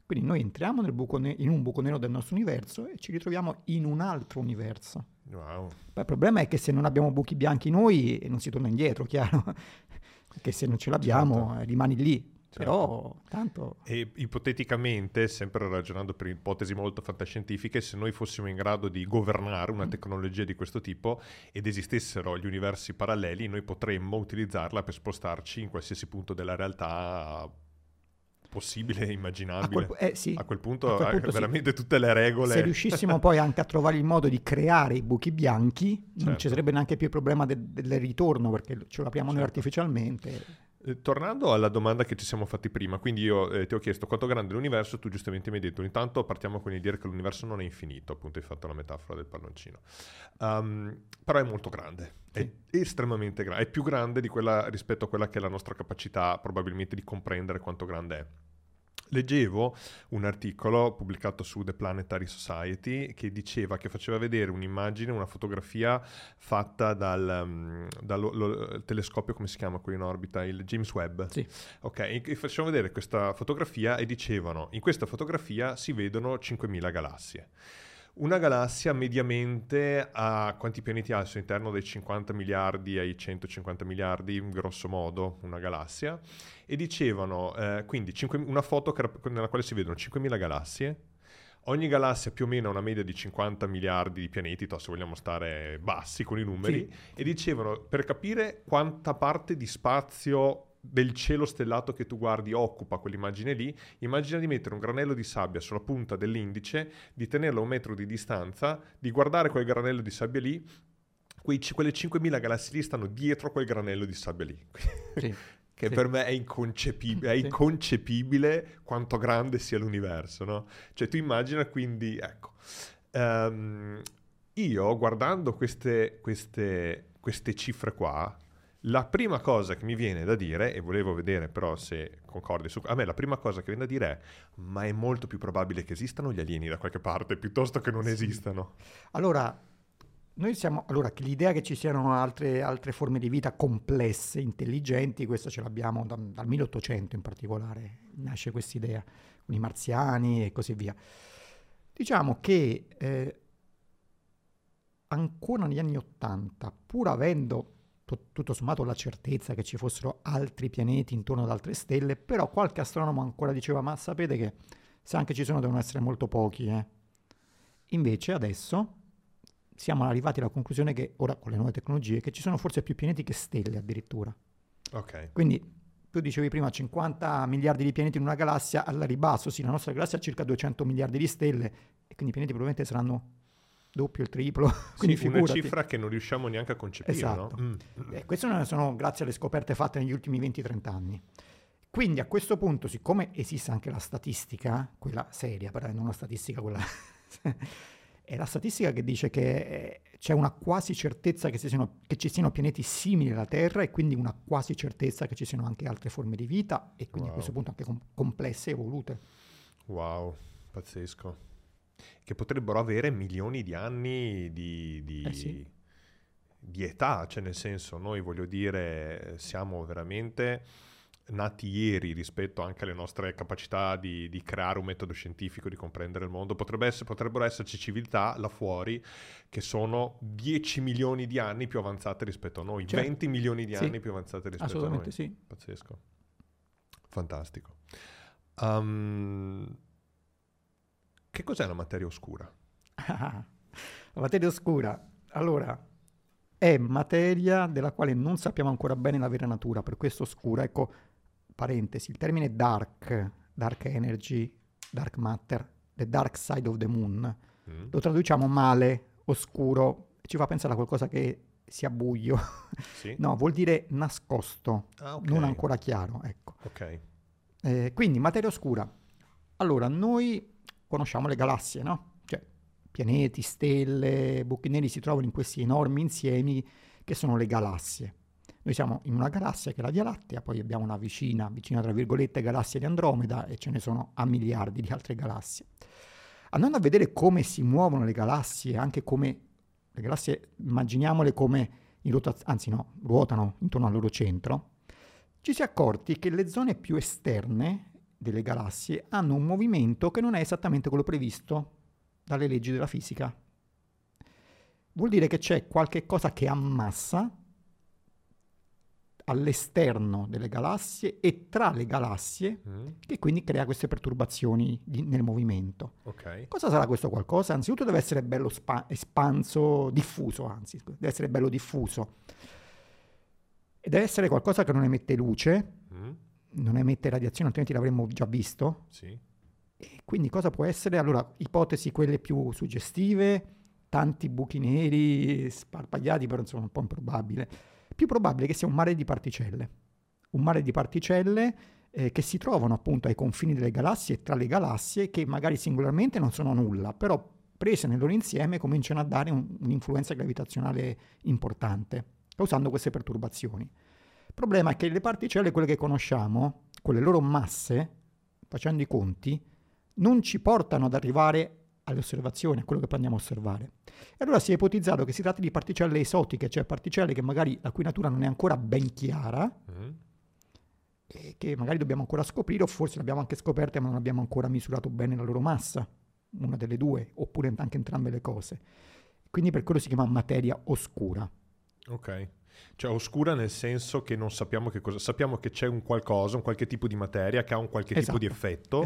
Quindi noi entriamo in un buco nero del nostro universo e ci ritroviamo in un altro universo. Wow. Poi il problema è che se non abbiamo buchi bianchi noi non si torna indietro, chiaro? Perché se non ce l'abbiamo rimani lì. Certo. Però tanto... E ipoteticamente, sempre ragionando per ipotesi molto fantascientifiche, se noi fossimo in grado di governare una tecnologia di questo tipo ed esistessero gli universi paralleli, noi potremmo utilizzarla per spostarci in qualsiasi punto della realtà possibile e immaginabile. Sì. A quel punto, veramente sì. tutte le regole... Se riuscissimo poi anche a trovare il modo di creare i buchi bianchi, non ci sarebbe neanche più il problema del ritorno, perché ce lo apriamo noi artificialmente. Tornando alla domanda che ci siamo fatti prima, quindi io ti ho chiesto quanto è grande l'universo, tu giustamente mi hai detto intanto partiamo con il dire che l'universo non è infinito, appunto hai fatto la metafora del palloncino, però è molto grande, è estremamente grande, è più grande di quella rispetto a quella che è la nostra capacità probabilmente di comprendere quanto grande è. Leggevo un articolo pubblicato su The Planetary Society che diceva che faceva vedere un'immagine, una fotografia fatta dal telescopio, come si chiama quello in orbita? Il James Webb. Sì. Ok, e facevano vedere questa fotografia e dicevano in questa fotografia si vedono 5.000 galassie. Una galassia mediamente ha quanti pianeti ha al suo interno, dai 50 miliardi ai 150 miliardi, grosso modo, una galassia. E dicevano, quindi una foto nella quale si vedono 5.000 galassie. Ogni galassia più o meno ha una media di 50 miliardi di pianeti, se vogliamo stare bassi con i numeri. Sì. E dicevano, per capire quanta parte di spazio del cielo stellato che tu guardi occupa quell'immagine lì, immagina di mettere un granello di sabbia sulla punta dell'indice, di tenerlo a 1 metro di distanza, di guardare quel granello di sabbia lì, quelle 5.000 galassie lì stanno dietro quel granello di sabbia lì. Sì. Che per me è inconcepibile quanto grande sia l'universo, no? Cioè tu immagina quindi, ecco, io guardando queste cifre qua, la prima cosa che mi viene da dire, e volevo vedere però se concordi a me la prima cosa che viene da dire è: ma è molto più probabile che esistano gli alieni da qualche parte piuttosto che non esistano. Allora, che l'idea che ci siano altre forme di vita complesse, intelligenti, questo ce l'abbiamo dal 1800 in particolare, nasce questa idea, con i marziani e così via. Diciamo che ancora negli anni 80, pur avendo tutto sommato la certezza che ci fossero altri pianeti intorno ad altre stelle, però qualche astronomo ancora diceva: ma sapete che se anche ci sono devono essere molto pochi. Invece adesso siamo arrivati alla conclusione che ora con le nuove tecnologie che ci sono forse più pianeti che stelle addirittura. Ok. Quindi tu dicevi prima 50 miliardi di pianeti in una galassia, alla ribasso sì, la nostra galassia ha circa 200 miliardi di stelle e quindi i pianeti probabilmente saranno doppio, il triplo. Quindi sì, una cifra che non riusciamo neanche a concepire, esatto. No? Queste sono grazie alle scoperte fatte negli ultimi 20-30 anni. Quindi a questo punto, siccome esiste anche la statistica, quella seria, però non una statistica quella... è la statistica che dice che c'è una quasi certezza che ci siano pianeti simili alla Terra e quindi una quasi certezza che ci siano anche altre forme di vita e quindi a questo punto anche complesse e evolute. Wow, pazzesco. Che potrebbero avere milioni di anni di età, cioè nel senso, noi voglio dire, siamo veramente nati ieri rispetto anche alle nostre capacità di creare un metodo scientifico, di comprendere il mondo. Potrebbero esserci civiltà là fuori che sono 10 milioni di anni più avanzate rispetto a noi, certo. 20 milioni di anni più avanzate rispetto a noi. Sì. Pazzesco. Fantastico. Che cos'è la materia oscura? La materia oscura, allora, è materia della quale non sappiamo ancora bene la vera natura, per questo oscura. Ecco, parentesi, il termine dark energy, dark matter, the dark side of the moon, lo traduciamo male, oscuro, ci fa pensare a qualcosa che sia buio. Sì? No, vuol dire nascosto, okay. Non ancora chiaro, ecco. Ok. Quindi materia oscura. Allora, noi conosciamo le galassie, no? Cioè, pianeti, stelle, buchi neri si trovano in questi enormi insiemi che sono le galassie. Noi siamo in una galassia che è la Via Lattea, poi abbiamo una vicina tra virgolette galassia di Andromeda e ce ne sono a miliardi di altre galassie. Andando a vedere come si muovono le galassie, anche come le galassie, immaginiamole come ruotano intorno al loro centro, ci si è accorti che le zone più esterne delle galassie hanno un movimento che non è esattamente quello previsto dalle leggi della fisica. Vuol dire che c'è qualche cosa che ammassa all'esterno delle galassie e tra le galassie che quindi crea queste perturbazioni nel movimento. Ok. Cosa sarà questo qualcosa? Anzitutto deve essere bello espanso, diffuso, anzi, deve essere bello diffuso. E deve essere qualcosa che non emette luce, non emette radiazione, altrimenti l'avremmo già visto. Sì. E quindi cosa può essere? Allora, ipotesi quelle più suggestive, tanti buchi neri sparpagliati, però insomma un po' improbabile. Più probabile che sia un mare di particelle. Un mare di particelle che si trovano appunto ai confini delle galassie e tra le galassie, che magari singolarmente non sono nulla, però prese nel loro insieme cominciano a dare un'influenza gravitazionale importante, causando queste perturbazioni. Il problema è che le particelle, quelle che conosciamo, con le loro masse, facendo i conti, non ci portano ad arrivare alle osservazioni, a quello che poi andiamo a osservare. E allora si è ipotizzato che si tratti di particelle esotiche, cioè particelle che magari la cui natura non è ancora ben chiara, e che magari dobbiamo ancora scoprire, o forse le abbiamo anche scoperte ma non abbiamo ancora misurato bene la loro massa, una delle due, oppure anche entrambe le cose. Quindi per quello si chiama materia oscura. Ok. Cioè oscura nel senso che non sappiamo che cosa, sappiamo che c'è un qualcosa, un qualche tipo di materia che ha un qualche tipo di effetto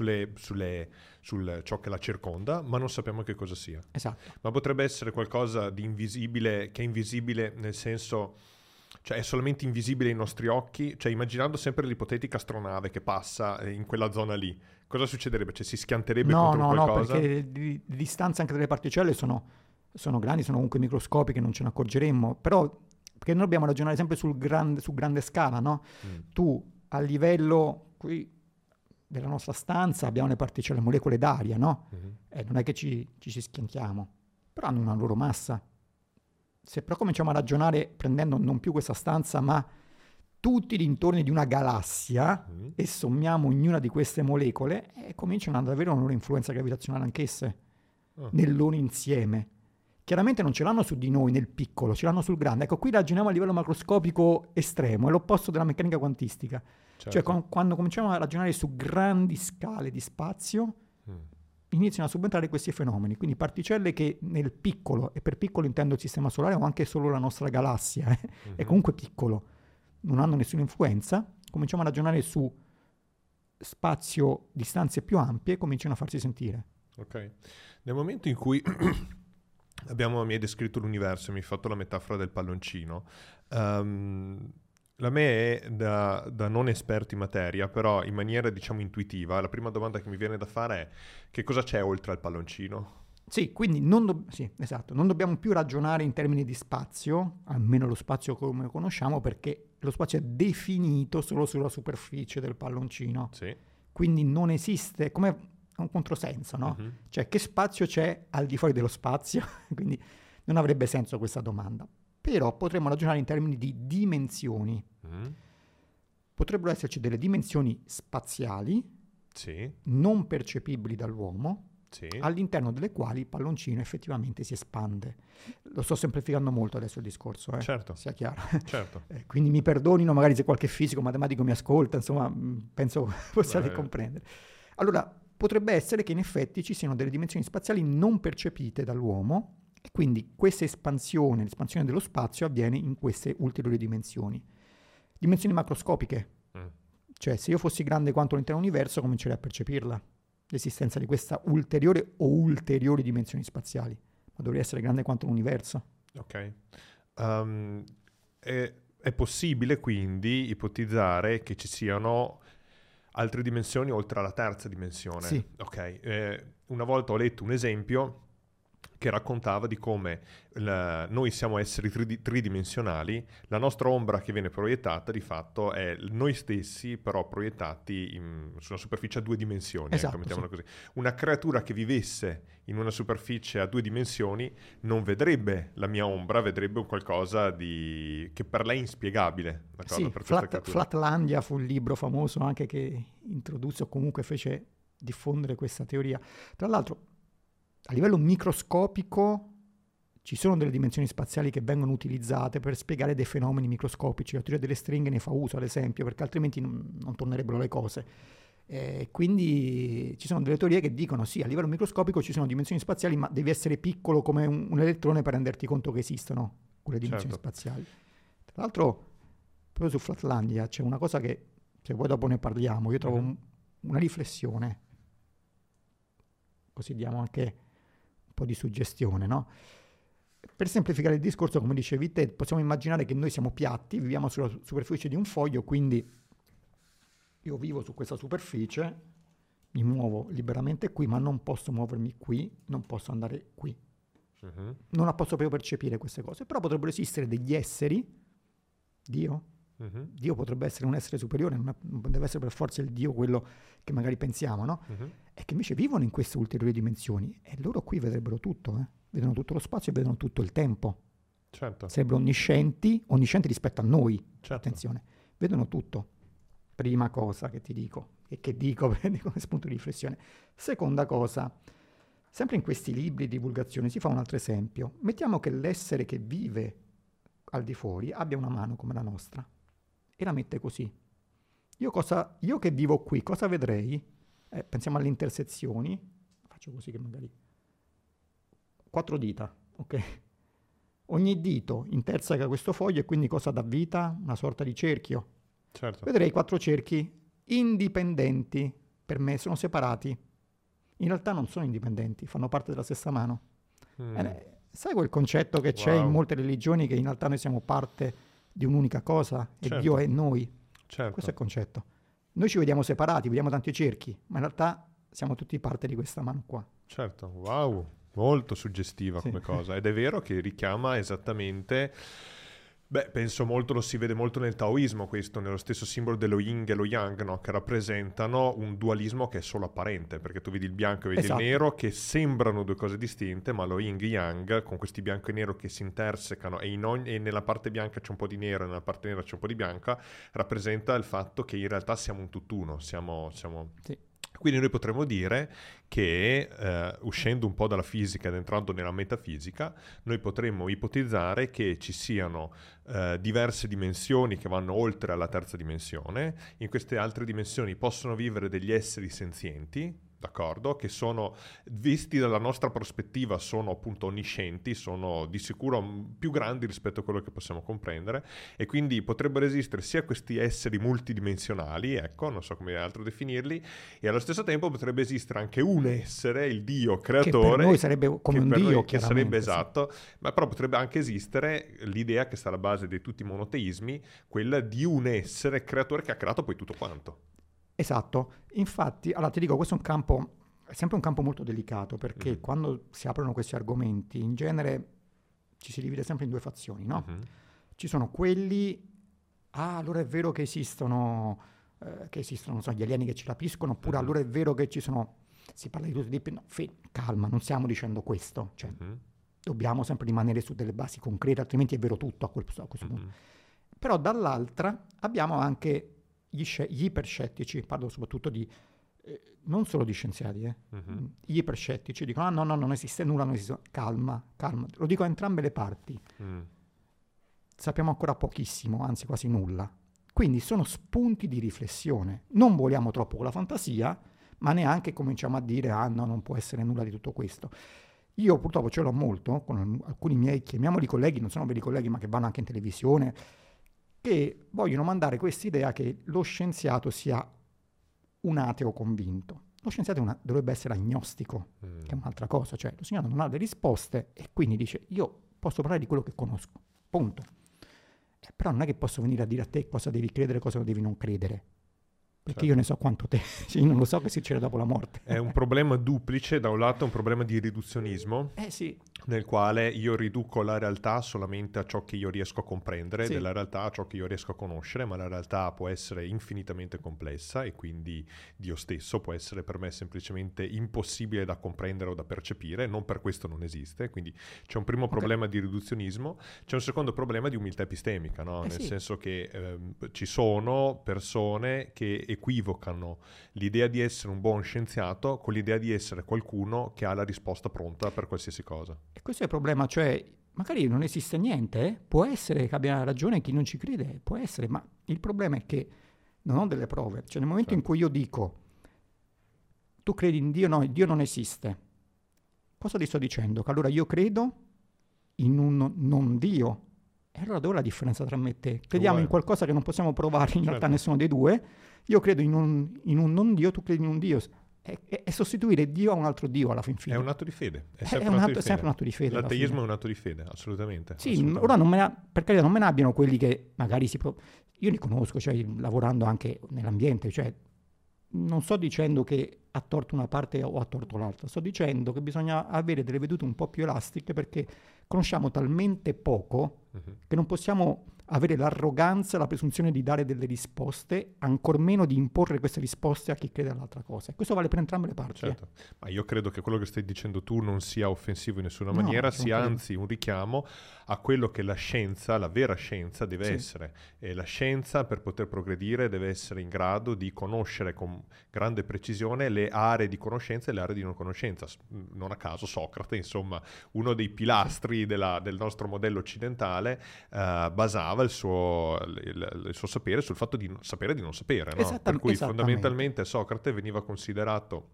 sul ciò che la circonda, ma non sappiamo che cosa sia. Esatto. Ma potrebbe essere qualcosa di invisibile, che è invisibile nel senso, cioè è solamente invisibile ai nostri occhi, cioè immaginando sempre l'ipotetica astronave che passa in quella zona lì, cosa succederebbe? Cioè si schianterebbe contro qualcosa? No, perché le distanze anche delle particelle sono grandi, sono comunque microscopiche, non ce ne accorgeremmo, però perché noi dobbiamo ragionare sempre su grande scala, no? Tu a livello qui della nostra stanza abbiamo le particelle, le molecole d'aria, no? Non è che ci schiantiamo, però hanno una loro massa. Se però cominciamo a ragionare prendendo non più questa stanza, ma tutti i dintorni di una galassia e sommiamo ognuna di queste molecole, cominciano ad avere una loro influenza gravitazionale anch'esse, nel loro insieme. Chiaramente non ce l'hanno su di noi nel piccolo, ce l'hanno sul grande. Ecco, qui ragioniamo a livello macroscopico estremo, è l'opposto della meccanica quantistica. Certo. Cioè quando cominciamo a ragionare su grandi scale di spazio, iniziano a subentrare questi fenomeni. Quindi particelle che nel piccolo, e per piccolo intendo il sistema solare o anche solo la nostra galassia, è comunque piccolo, non hanno nessuna influenza, cominciamo a ragionare su spazio, distanze più ampie, cominciano a farsi sentire. Ok. Nel momento in cui mi hai descritto l'universo, mi hai fatto la metafora del palloncino, la me è da non esperto in materia, però in maniera diciamo intuitiva, la prima domanda che mi viene da fare è: che cosa c'è oltre al palloncino? Sì, quindi esatto, non dobbiamo più ragionare in termini di spazio, almeno lo spazio come lo conosciamo, perché lo spazio è definito solo sulla superficie del palloncino. Sì. Quindi non esiste, come un controsenso, no? Cioè, che spazio c'è al di fuori dello spazio? Quindi non avrebbe senso questa domanda. Però potremmo ragionare in termini di dimensioni. Potrebbero esserci delle dimensioni spaziali, non percepibili dall'uomo, all'interno delle quali il palloncino effettivamente si espande. Lo sto semplificando molto adesso il discorso, Certo. sia chiaro. Certo. Quindi mi perdonino magari se qualche fisico, matematico mi ascolta, insomma, penso possiate comprendere. Allora, potrebbe essere che in effetti ci siano delle dimensioni spaziali non percepite dall'uomo e quindi questa espansione, l'espansione dello spazio avviene in queste ulteriori dimensioni. Dimensioni macroscopiche. Cioè, se io fossi grande quanto l'intero universo, comincerei a percepirla, l'esistenza di questa ulteriore o ulteriori dimensioni spaziali. Ma dovrei essere grande quanto l'universo. Ok. È possibile quindi ipotizzare che ci siano altre dimensioni oltre alla terza dimensione? Sì. Ok. Una volta ho letto un esempio che raccontava di come noi siamo esseri tridimensionali, la nostra ombra che viene proiettata di fatto è noi stessi però proiettati su una superficie a 2 dimensioni. Esatto, mettiamola così. Una creatura che vivesse in una superficie a 2 dimensioni non vedrebbe la mia ombra, vedrebbe un qualcosa che per lei è inspiegabile. Sì, Flatlandia fu il libro famoso anche che introdusse o comunque fece diffondere questa teoria. Tra l'altro, a livello microscopico ci sono delle dimensioni spaziali che vengono utilizzate per spiegare dei fenomeni microscopici. La teoria delle stringhe ne fa uso, ad esempio, perché altrimenti non tornerebbero le cose. Quindi ci sono delle teorie che dicono sì, a livello microscopico ci sono dimensioni spaziali, ma devi essere piccolo come un elettrone per renderti conto che esistono quelle dimensioni spaziali. Tra l'altro, proprio su Flatlandia c'è una cosa che, se vuoi dopo ne parliamo, io trovo una riflessione, così diamo anche un po' di suggestione, no? Per semplificare il discorso, come dicevi te, possiamo immaginare che noi siamo piatti, viviamo sulla superficie di un foglio, quindi io vivo su questa superficie, mi muovo liberamente qui, ma non posso muovermi qui, non posso andare qui. Non la posso proprio percepire queste cose. Però potrebbero esistere degli esseri, Dio? Dio potrebbe essere un essere superiore, non deve essere per forza il Dio quello che magari pensiamo, no? E che invece vivono in queste ulteriori dimensioni, e loro qui vedrebbero tutto, vedono tutto lo spazio e vedono tutto il tempo. Certo. Sarebbero onniscienti rispetto a noi, certo. Attenzione, vedono tutto. Prima cosa che ti dico, e che dico come spunto di riflessione. Seconda cosa, sempre in questi libri di divulgazione si fa un altro esempio. Mettiamo che l'essere che vive al di fuori abbia una mano come la nostra e la mette così. Io che vivo qui, cosa vedrei? Pensiamo alle intersezioni, faccio così che magari 4 dita, ok? Ogni dito interseca questo foglio e quindi cosa dà vita? Una sorta di cerchio. Certo. Vedrei 4 cerchi indipendenti, per me sono separati. In realtà non sono indipendenti, fanno parte della stessa mano. Sai quel concetto che c'è in molte religioni, che in realtà noi siamo parte di un'unica cosa e certo. Dio è noi? Certo. Questo è il concetto. Noi ci vediamo separati, vediamo tanti cerchi, ma in realtà siamo tutti parte di questa mano qua. Certo, wow, molto suggestiva come cosa. Ed è vero che richiama esattamente... penso molto, lo si vede molto nel taoismo questo, nello stesso simbolo dello yin e lo yang, no? Che rappresentano un dualismo che è solo apparente, perché tu vedi il bianco e vedi il nero che sembrano due cose distinte, ma lo yin e yang, con questi bianco e nero che si intersecano e nella parte bianca c'è un po' di nero e nella parte nera c'è un po' di bianca, rappresenta il fatto che in realtà siamo un tutt'uno, siamo... Sì. Quindi noi potremmo dire che, uscendo un po' dalla fisica ed entrando nella metafisica, noi potremmo ipotizzare che ci siano diverse dimensioni che vanno oltre alla terza dimensione. In queste altre dimensioni possono vivere degli esseri senzienti, d'accordo? Che sono, visti dalla nostra prospettiva, sono appunto onniscienti, sono di sicuro più grandi rispetto a quello che possiamo comprendere, e quindi potrebbero esistere sia questi esseri multidimensionali, ecco, non so come altro definirli, e allo stesso tempo potrebbe esistere anche un essere, il Dio creatore, che per noi sarebbe come un Dio, che sarebbe esatto, ma però potrebbe anche esistere l'idea che sta alla base di tutti i monoteismi, quella di un essere creatore che ha creato poi tutto quanto. Esatto, infatti, allora ti dico, questo è un campo, è sempre un campo molto delicato, perché quando si aprono questi argomenti, in genere ci si divide sempre in 2 fazioni, no? Ci sono quelli, allora è vero che esistono, non so, gli alieni che ci rapiscono, oppure allora è vero che ci sono, si parla di tutti no, calma, non stiamo dicendo questo, cioè dobbiamo sempre rimanere su delle basi concrete, altrimenti è vero tutto a questo punto. Però dall'altra abbiamo anche gli iperscettici, parlo soprattutto di, non solo di scienziati, gli iperscettici dicono no, non esiste nulla, non esiste, calma, lo dico a entrambe le parti. Sappiamo ancora pochissimo, anzi quasi nulla. Quindi sono spunti di riflessione. Non voliamo troppo con la fantasia, ma neanche cominciamo a dire no, non può essere nulla di tutto questo. Io purtroppo ce l'ho molto con alcuni miei, chiamiamoli colleghi, non sono veri colleghi, ma che vanno anche in televisione, che vogliono mandare questa idea che lo scienziato sia un ateo convinto. Lo scienziato dovrebbe essere agnostico, che è un'altra cosa, cioè lo scienziato non ha le risposte e quindi dice io posso parlare di quello che conosco, punto. Però non è che posso venire a dire a te cosa devi credere e cosa devi non credere, perché io ne so quanto te, io non lo so che succede dopo la morte. È un problema duplice, da un lato è un problema di riduzionismo, sì. Nel quale io riduco la realtà solamente a ciò che io riesco a comprendere, della realtà a ciò che io riesco a conoscere, ma la realtà può essere infinitamente complessa e quindi Dio stesso può essere per me semplicemente impossibile da comprendere o da percepire, non per questo non esiste, quindi c'è un primo problema di riduzionismo, c'è un secondo problema di umiltà epistemica, no? Nel senso che ci sono persone che equivocano l'idea di essere un buon scienziato con l'idea di essere qualcuno che ha la risposta pronta per qualsiasi cosa. E questo è il problema, cioè magari non esiste niente, può essere che abbia ragione chi non ci crede, può essere, ma il problema è che non ho delle prove, cioè nel momento in cui io dico tu credi in Dio? No, Dio non esiste. Cosa ti sto dicendo? Che allora io credo in un non Dio. E allora dov'è la differenza tra me e te? Crediamo in qualcosa che non possiamo provare in realtà nessuno dei due. Io credo in un non Dio, tu credi in un Dio. E sostituire Dio a un altro Dio alla fin fine. È un atto di fede. È sempre un atto di fede. L'ateismo è un atto di fede, assolutamente. Sì, assolutamente. ora per carità non me ne abbiano quelli che magari io li conosco, cioè lavorando anche nell'ambiente, cioè non sto dicendo che ha torto una parte o ha torto l'altra, sto dicendo che bisogna avere delle vedute un po' più elastiche perché conosciamo talmente poco che non possiamo avere l'arroganza, la presunzione di dare delle risposte, ancor meno di imporre queste risposte a chi crede all'altra cosa. E questo vale per entrambe le parti. Certo, ma io credo che quello che stai dicendo tu non sia offensivo in nessuna maniera, sia anzi un richiamo a quello che la scienza, la vera scienza deve essere. E la scienza, per poter progredire, deve essere in grado di conoscere con grande precisione le aree di conoscenza e le aree di non conoscenza. Non a caso Socrate, insomma, uno dei pilastri del nostro modello occidentale, basava il suo sapere sul fatto di sapere di non sapere, no? Per cui fondamentalmente Socrate veniva considerato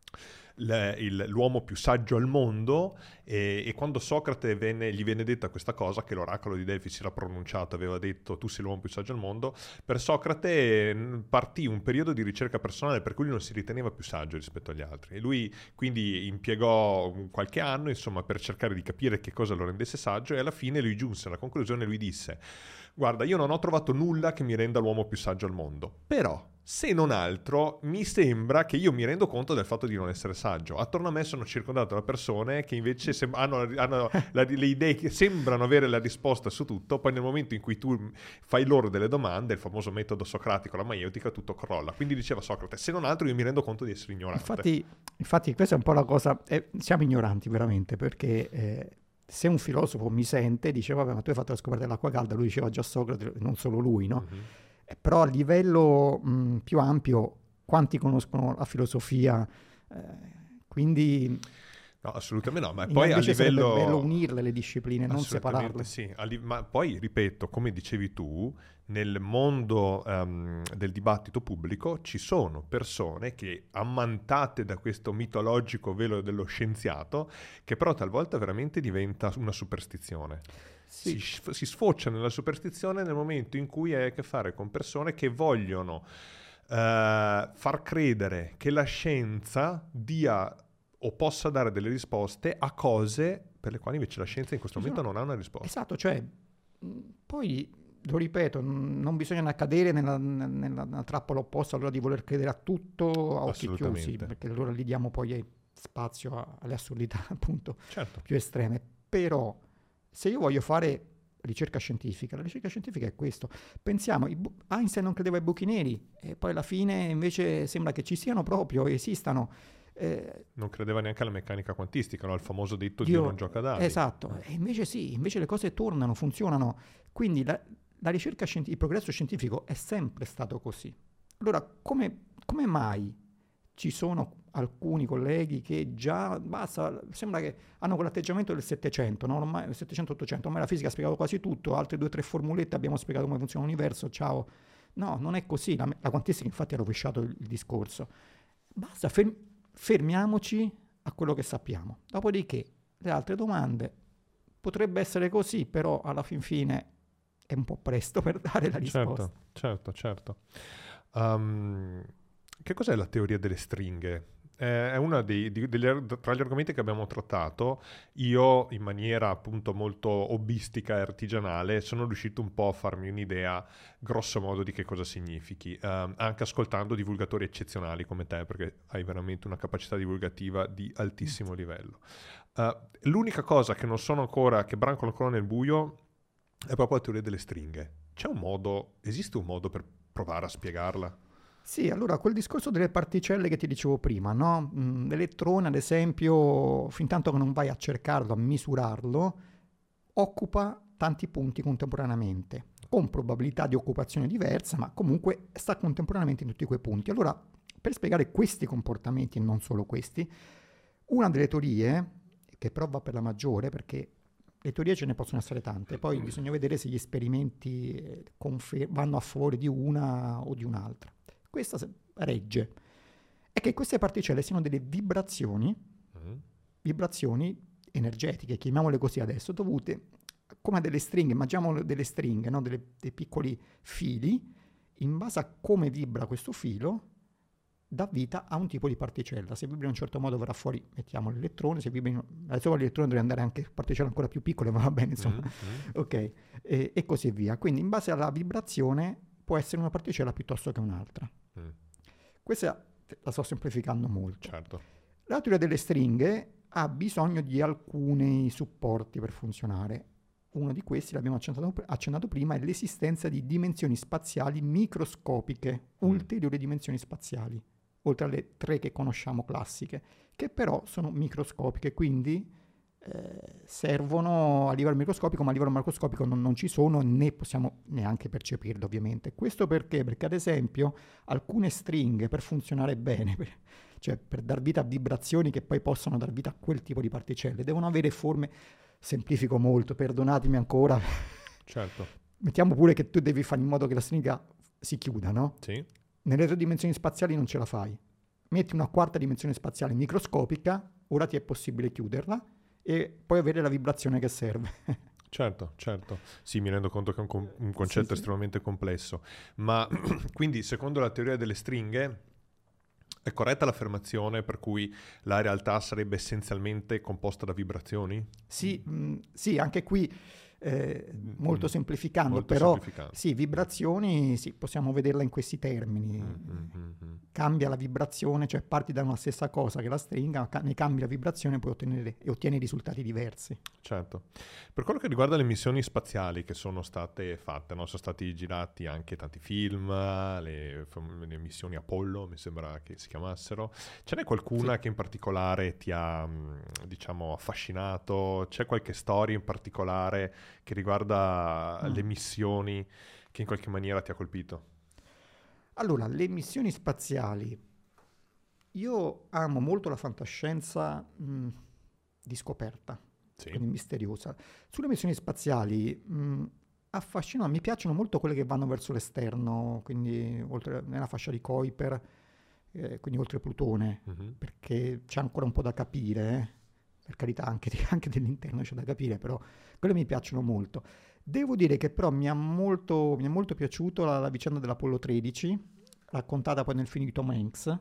l'uomo più saggio al mondo e quando Socrate gli venne detta questa cosa, che l'oracolo di Delfi si era pronunciato, aveva detto tu sei l'uomo più saggio al mondo, per Socrate partì un periodo di ricerca personale per cui lui non si riteneva più saggio rispetto agli altri e lui quindi impiegò qualche anno insomma per cercare di capire che cosa lo rendesse saggio e alla fine lui giunse alla conclusione, lui disse: guarda, io non ho trovato nulla che mi renda l'uomo più saggio al mondo, però se non altro mi sembra che io mi rendo conto del fatto di non essere saggio. Attorno a me sono circondato da persone che invece hanno le idee che sembrano avere la risposta su tutto, poi nel momento in cui tu fai loro delle domande, il famoso metodo socratico, la maieutica, tutto crolla. Quindi diceva Socrate, se non altro io mi rendo conto di essere ignorante. Infatti questa è un po' la cosa, siamo ignoranti veramente, perché se un filosofo mi sente, dice vabbè ma tu hai fatto la scoperta dell'acqua calda, lui diceva già Socrate, non solo lui, no? Però a livello più ampio, quanti conoscono la filosofia? Quindi... No, assolutamente no, ma poi a livello... È bello unirle le discipline, non separarle. Sì, ma poi, ripeto, come dicevi tu, nel mondo del dibattito pubblico ci sono persone che, ammantate da questo mitologico velo dello scienziato, che però talvolta veramente diventa una superstizione. Sì. Si sfocia nella superstizione nel momento in cui hai a che fare con persone che vogliono far credere che la scienza dia o possa dare delle risposte a cose per le quali invece la scienza in questo momento non ha una risposta. Esatto, cioè poi lo ripeto, non bisogna cadere nella trappola opposta allora di voler credere a tutto a occhi chiusi, perché allora gli diamo poi spazio alle assurdità appunto più estreme. Però se io voglio fare ricerca scientifica, la ricerca scientifica è questo. Pensiamo, Einstein non credeva ai buchi neri e poi alla fine invece sembra che ci siano proprio, esistano. Non credeva neanche alla meccanica quantistica, no? Il famoso detto Dio non gioca a dadi. Esatto, e invece sì, invece le cose tornano, funzionano. Quindi la ricerca il progresso scientifico è sempre stato così. Allora, come mai ci sono alcuni colleghi che già sembra che hanno quell'atteggiamento del 700, no? Ormai 700-800, ormai la fisica ha spiegato quasi tutto, altre 2 o 3 formulette abbiamo spiegato come funziona l'universo, ciao. No, non è così, la quantistica infatti ha rovesciato il discorso. Basta, fermiamoci a quello che sappiamo. Dopodiché le altre domande potrebbe essere così, però alla fin fine è un po' presto per dare la risposta. Certo. Che cos'è la teoria delle stringhe? È uno tra gli argomenti che abbiamo trattato. Io, in maniera appunto molto hobbistica e artigianale, sono riuscito un po' a farmi un'idea grosso modo di che cosa significhi, anche ascoltando divulgatori eccezionali come te, perché hai veramente una capacità divulgativa di altissimo livello. L'unica cosa che non sono ancora, che brancola ancora nel buio, è proprio la teoria delle stringhe. Esiste un modo per provare a spiegarla? Sì, allora quel discorso delle particelle che ti dicevo prima, no? L'elettrone, ad esempio, fin tanto che non vai a cercarlo, a misurarlo, occupa tanti punti contemporaneamente, con probabilità di occupazione diversa, ma comunque sta contemporaneamente in tutti quei punti. Allora, per spiegare questi comportamenti e non solo questi, una delle teorie, che però va per la maggiore, perché le teorie ce ne possono essere tante, poi bisogna vedere se gli esperimenti vanno a favore di una o di un'altra. Questa regge è che queste particelle siano delle vibrazioni energetiche, chiamiamole così adesso, dovute come a delle stringhe, immaginiamo delle stringhe, no? Dei piccoli fili, in base a come vibra questo filo, dà vita a un tipo di particella. Se vibra in un certo modo verrà fuori, mettiamo l'elettrone, se vibra adesso l'elettrone deve andare anche particelle ancora più piccole, ma va bene, insomma. Ok, e così via. Quindi in base alla vibrazione può essere una particella piuttosto che un'altra. Questa la sto semplificando molto. Certo. La teoria delle stringhe ha bisogno di alcuni supporti per funzionare. Uno di questi, l'abbiamo accennato prima, è l'esistenza di dimensioni spaziali microscopiche, ulteriori dimensioni spaziali, oltre alle 3 che conosciamo classiche, che però sono microscopiche, quindi servono a livello microscopico, ma a livello macroscopico non ci sono, né possiamo neanche percepirle ovviamente. Questo perché? Perché ad esempio alcune stringhe per funzionare bene, cioè per dar vita a vibrazioni che poi possono dar vita a quel tipo di particelle, devono avere forme, semplifico molto, perdonatemi ancora, certo. Mettiamo pure che tu devi fare in modo che la stringa si chiuda, no? Sì. Nelle 3 dimensioni spaziali non ce la fai. Metti una 4ª dimensione spaziale microscopica, ora ti è possibile chiuderla e poi avere la vibrazione che serve. Certo. Sì, mi rendo conto che è un concetto estremamente complesso. Ma quindi, secondo la teoria delle stringhe, è corretta l'affermazione per cui la realtà sarebbe essenzialmente composta da vibrazioni? Sì, anche qui molto semplificando, però sì, vibrazioni, sì, possiamo vederla in questi termini. Cambia la vibrazione, cioè parti da una stessa cosa che la stringa, ne cambi la vibrazione e ottieni risultati diversi. Certo. Per quello che riguarda le missioni spaziali che sono state fatte, no? Sono stati girati anche tanti film, le missioni Apollo, mi sembra che si chiamassero. Ce n'è qualcuna che in particolare ti ha, diciamo, affascinato? C'è qualche storia in particolare che riguarda le missioni che in qualche maniera ti ha colpito? Allora, le missioni spaziali, io amo molto la fantascienza di scoperta, quindi misteriosa. Sulle missioni spaziali affascinano, mi piacciono molto quelle che vanno verso l'esterno, quindi nella fascia di Kuiper, quindi oltre Plutone, perché c'è ancora un po' da capire, per carità anche dell'interno c'è da capire, però quelle mi piacciono molto. Devo dire che però mi è molto piaciuto la vicenda dell'Apollo 13, raccontata poi nel film di Tom Hanks,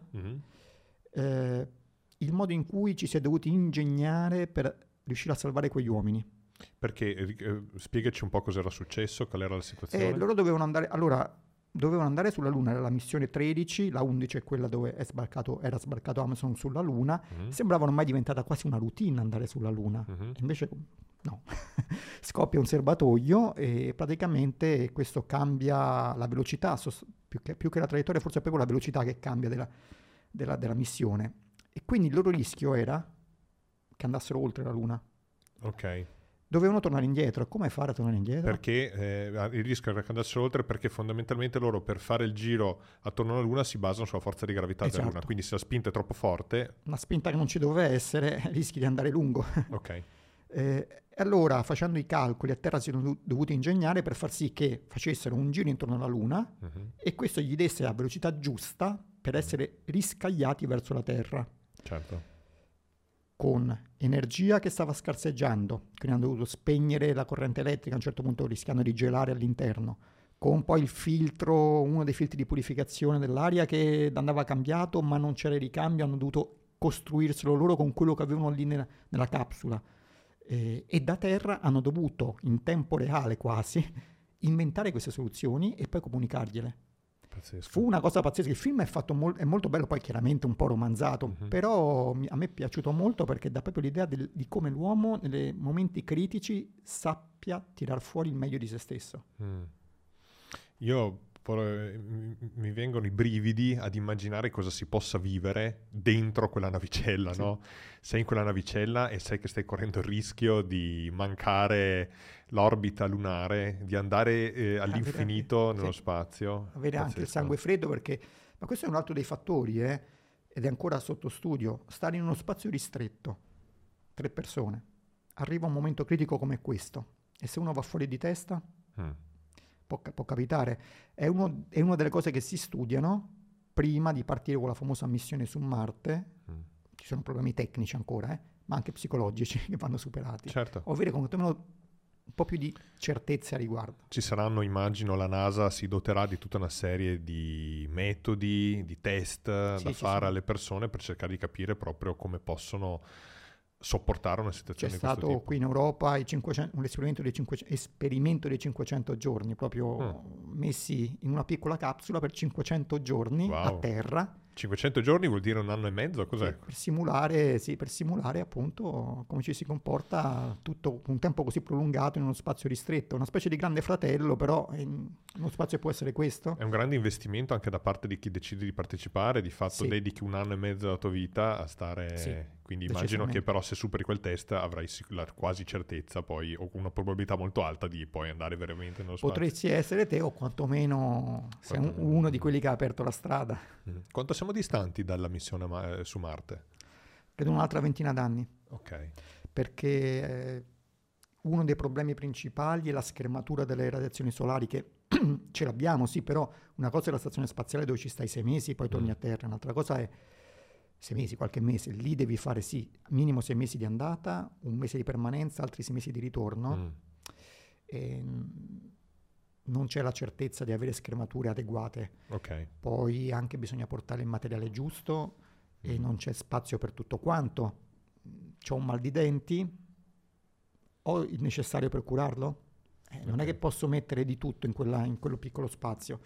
il modo in cui ci si è dovuti ingegnare per riuscire a salvare quegli uomini. Perché? Spiegaci un po' cosa era successo, qual era la situazione. Loro dovevano andare sulla Luna, era la missione 13, la 11 è quella dove era sbarcato Armstrong sulla Luna. Sembrava ormai diventata quasi una routine andare sulla Luna, invece no, scoppia un serbatoio e praticamente questo cambia la velocità, più che la traiettoria, forse è proprio la velocità che cambia della missione, e quindi il loro rischio era che andassero oltre la Luna. Ok. Dovevano tornare indietro. Come fare a tornare indietro? Perché il rischio era che andassero oltre, perché fondamentalmente loro per fare il giro attorno alla Luna si basano sulla forza di gravità della Luna, quindi se la spinta è troppo forte... Una spinta che non ci doveva essere, rischi di andare lungo. Ok. Allora, facendo i calcoli, a terra si sono dovuti ingegnare per far sì che facessero un giro intorno alla Luna e questo gli desse la velocità giusta per essere riscagliati verso la Terra. Certo. Con energia che stava scarseggiando, quindi hanno dovuto spegnere la corrente elettrica a un certo punto rischiando di gelare all'interno, con poi il filtro, uno dei filtri di purificazione dell'aria che andava cambiato ma non c'era il ricambio, hanno dovuto costruirselo loro con quello che avevano lì nella capsula, e da terra hanno dovuto in tempo reale quasi inventare queste soluzioni e poi comunicargliele. Pazzesco. Fu una cosa pazzesca. Il film è molto bello, poi chiaramente un po' romanzato, però a me è piaciuto molto perché dà proprio l'idea di come l'uomo nei momenti critici sappia tirar fuori il meglio di se stesso. Io mi vengono i brividi ad immaginare cosa si possa vivere dentro quella navicella, sì. No? Sei in quella navicella e sai che stai correndo il rischio di mancare l'orbita lunare, di andare all'infinito nello spazio. Avere anche il sangue freddo, perché ma questo è un altro dei fattori, ed è ancora sotto studio. Stare in uno spazio ristretto, 3 persone, arriva un momento critico come questo, e se uno va fuori di testa... Può capitare. È una delle cose che si studiano prima di partire con la famosa missione su Marte. Ci sono problemi tecnici ancora, ma anche psicologici che vanno superati. Certo. O avere quantomeno un po' più di certezze a riguardo. Ci saranno, immagino, la NASA si doterà di tutta una serie di metodi, di test da fare alle persone per cercare di capire proprio come possono sopportare una situazione C'è di questo tipo. stato qui in Europa un esperimento dei 500 giorni, proprio messi in una piccola capsula per 500 giorni a terra. 500 giorni vuol dire 1 anno e mezzo? Cos'è? Per simulare appunto come ci si comporta tutto un tempo così prolungato in uno spazio ristretto, una specie di grande fratello, però in uno spazio che può essere questo. È un grande investimento anche da parte di chi decide di partecipare, di fatto dedichi 1 anno e mezzo della tua vita a stare, quindi immagino che però se superi quel test avrai la quasi certezza poi, o una probabilità molto alta di poi andare veramente nello spazio. Potresti essere te o quantomeno sei uno di quelli che ha aperto la strada. Quanto siamo distanti dalla missione su Marte? Credo un'altra ventina d'anni. Ok. Perché uno dei problemi principali è la schermatura delle radiazioni solari, che ce l'abbiamo, sì, però una cosa è la stazione spaziale dove ci stai 6 mesi, poi torni a terra, un'altra cosa è 6 mesi, qualche mese, lì devi fare minimo 6 mesi di andata, 1 mese di permanenza, altri 6 mesi di ritorno. E non c'è la certezza di avere schermature adeguate. Okay. Poi anche bisogna portare il materiale giusto e non c'è spazio per tutto quanto. C'ho un mal di denti, ho il necessario per curarlo? Non è che posso mettere di tutto in quello piccolo spazio.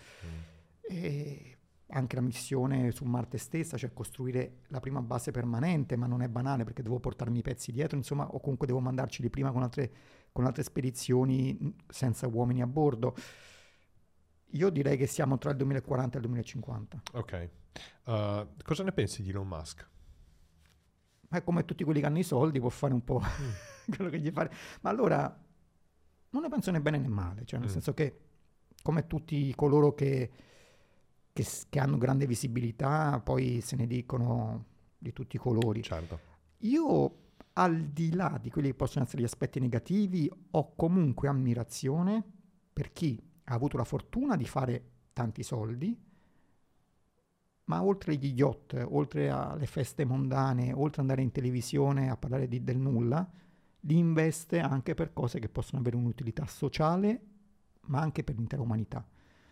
E anche la missione su Marte stessa, cioè costruire la prima base permanente, ma non è banale perché devo portarmi i pezzi dietro, insomma, o comunque devo mandarceli prima con altre spedizioni senza uomini a bordo. Io direi che siamo tra il 2040 e il 2050. Ok. Cosa ne pensi di Elon Musk? Come tutti quelli che hanno i soldi può fare un po' quello che gli pare. Ma allora non ne penso né bene né male, cioè nel senso che come tutti coloro che hanno grande visibilità, poi se ne dicono di tutti i colori. Certo. Io, al di là di quelli che possono essere gli aspetti negativi, ho comunque ammirazione per chi ha avuto la fortuna di fare tanti soldi, ma oltre agli yacht, oltre alle feste mondane, oltre ad andare in televisione a parlare del nulla, li investe anche per cose che possono avere un'utilità sociale, ma anche per l'intera umanità.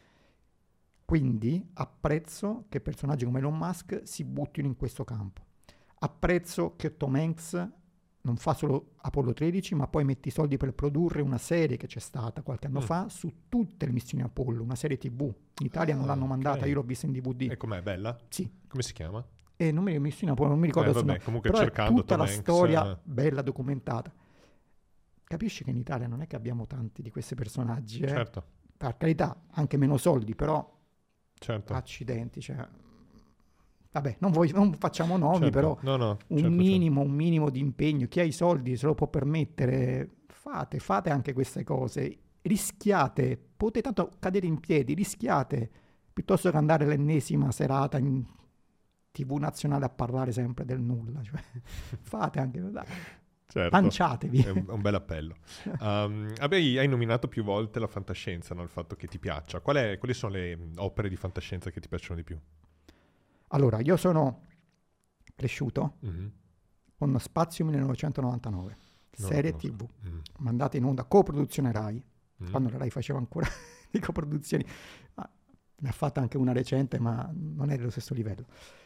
Quindi apprezzo che personaggi come Elon Musk si buttino in questo campo. Apprezzo che Tom Hanks non fa solo Apollo 13, ma poi mette i soldi per produrre una serie che c'è stata qualche anno fa su tutte le missioni Apollo, una serie TV. In Italia non l'hanno mandata, io l'ho vista in DVD. E com'è, bella? Sì. Come si chiama? Missione Apollo, non mi ricordo vabbè, adesso, comunque però cercando è tutta Tom la Hanks, storia bella documentata. Capisci che in Italia non è che abbiamo tanti di questi personaggi, Certo. Per carità, anche meno soldi, però certo. Accidenti, cioè vabbè, non facciamo nomi, però un minimo di impegno. Chi ha i soldi se lo può permettere, fate anche queste cose, rischiate, potete tanto cadere in piedi, rischiate, piuttosto che andare l'ennesima serata in TV nazionale a parlare sempre del nulla, cioè, fate anche, certo. lanciatevi. È un bel appello. Hai nominato più volte la fantascienza, no? Il fatto che ti piaccia. Quali sono le opere di fantascienza che ti piacciono di più? Allora, io sono cresciuto con Spazio 1999, serie TV, mandata in onda, coproduzione Rai, quando la Rai faceva ancora di coproduzioni. Ne ha fatta anche una recente, ma non è dello stesso livello.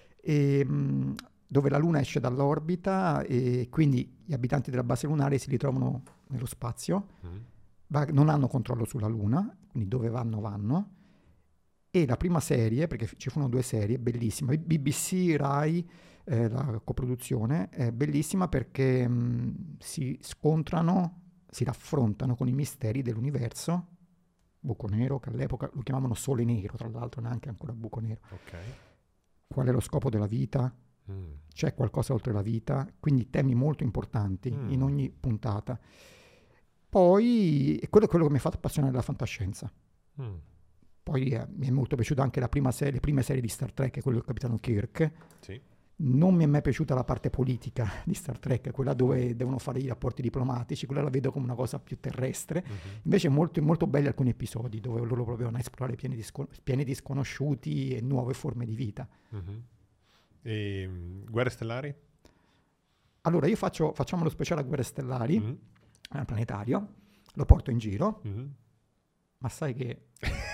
Dove la Luna esce dall'orbita e quindi gli abitanti della base lunare si ritrovano nello spazio, non hanno controllo sulla Luna, quindi dove vanno. E la prima serie, perché ci furono 2 serie, bellissima, BBC, Rai, la coproduzione, è bellissima perché si scontrano, si raffrontano con i misteri dell'universo, buco nero, che all'epoca lo chiamavano Sole Nero, tra l'altro neanche ancora buco nero. Okay. Qual è lo scopo della vita? C'è qualcosa oltre la vita? Quindi temi molto importanti in ogni puntata. Poi quello che mi ha fatto appassionare della fantascienza. Poi mi è molto piaciuta anche le prime serie di Star Trek, quello del Capitano Kirk, sì, Non mi è mai piaciuta la parte politica di Star Trek, quella dove devono fare i rapporti diplomatici, quella la vedo come una cosa più terrestre. Invece molto, molto belli alcuni episodi dove loro proprio vanno a esplorare pianeti sconosciuti e nuove forme di vita. E Guerre Stellari? Allora io facciamo lo speciale a Guerre Stellari al planetario, lo porto in giro, ma sai che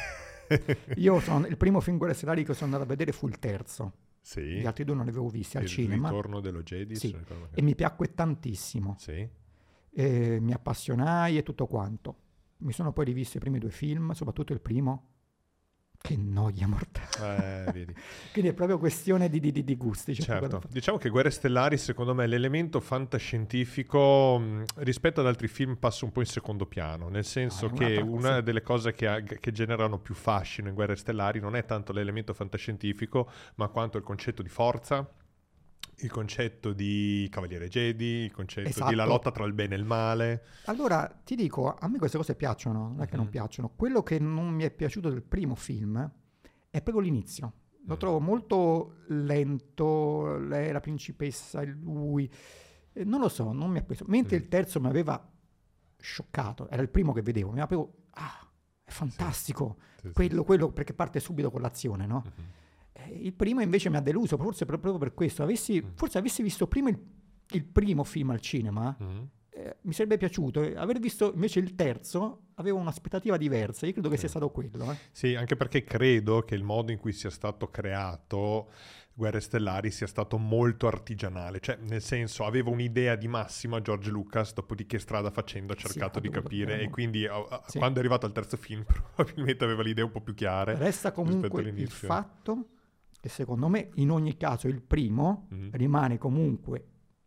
il primo film Guerre Stellari che sono andato a vedere fu il terzo. Sì. Gli altri due non li avevo visti al cinema. Il ritorno dello Jedi. Sì. E mi piacque tantissimo. Sì. Mi appassionai e tutto quanto. Mi sono poi rivisto i primi due film, soprattutto il primo. Che noia mortale. Vedi. Quindi è proprio questione di gusti. Cioè certo. Diciamo che Guerre Stellari, secondo me, l'elemento fantascientifico rispetto ad altri film passa un po' in secondo piano, nel senso che una delle cose che generano più fascino in Guerre Stellari non è tanto l'elemento fantascientifico, ma quanto il concetto di forza, il concetto di Cavaliere Jedi, il concetto di la lotta tra il bene e il male. Allora, ti dico, a me queste cose piacciono, non è che non piacciono. Quello che non mi è piaciuto del primo film è proprio l'inizio. Lo trovo molto lento, lei, la principessa, lui. Non lo so, non mi ha preso. Mentre il terzo mi aveva scioccato, era il primo che vedevo, mi aveva proprio, è fantastico. Quello perché parte subito con l'azione, no? Il primo invece mi ha deluso, forse proprio per questo. Forse avessi visto prima il primo film al cinema, mi sarebbe piaciuto. Aver visto invece il terzo, avevo un'aspettativa diversa. Io credo che sia stato quello. Sì, anche perché credo che il modo in cui sia stato creato Guerre Stellari sia stato molto artigianale. Cioè, nel senso, aveva un'idea di massima George Lucas, dopodiché strada facendo ha cercato di capire, e quindi quando è arrivato al terzo film probabilmente aveva le idee un po' più chiare. Resta comunque il fatto che secondo me in ogni caso il primo rimane comunque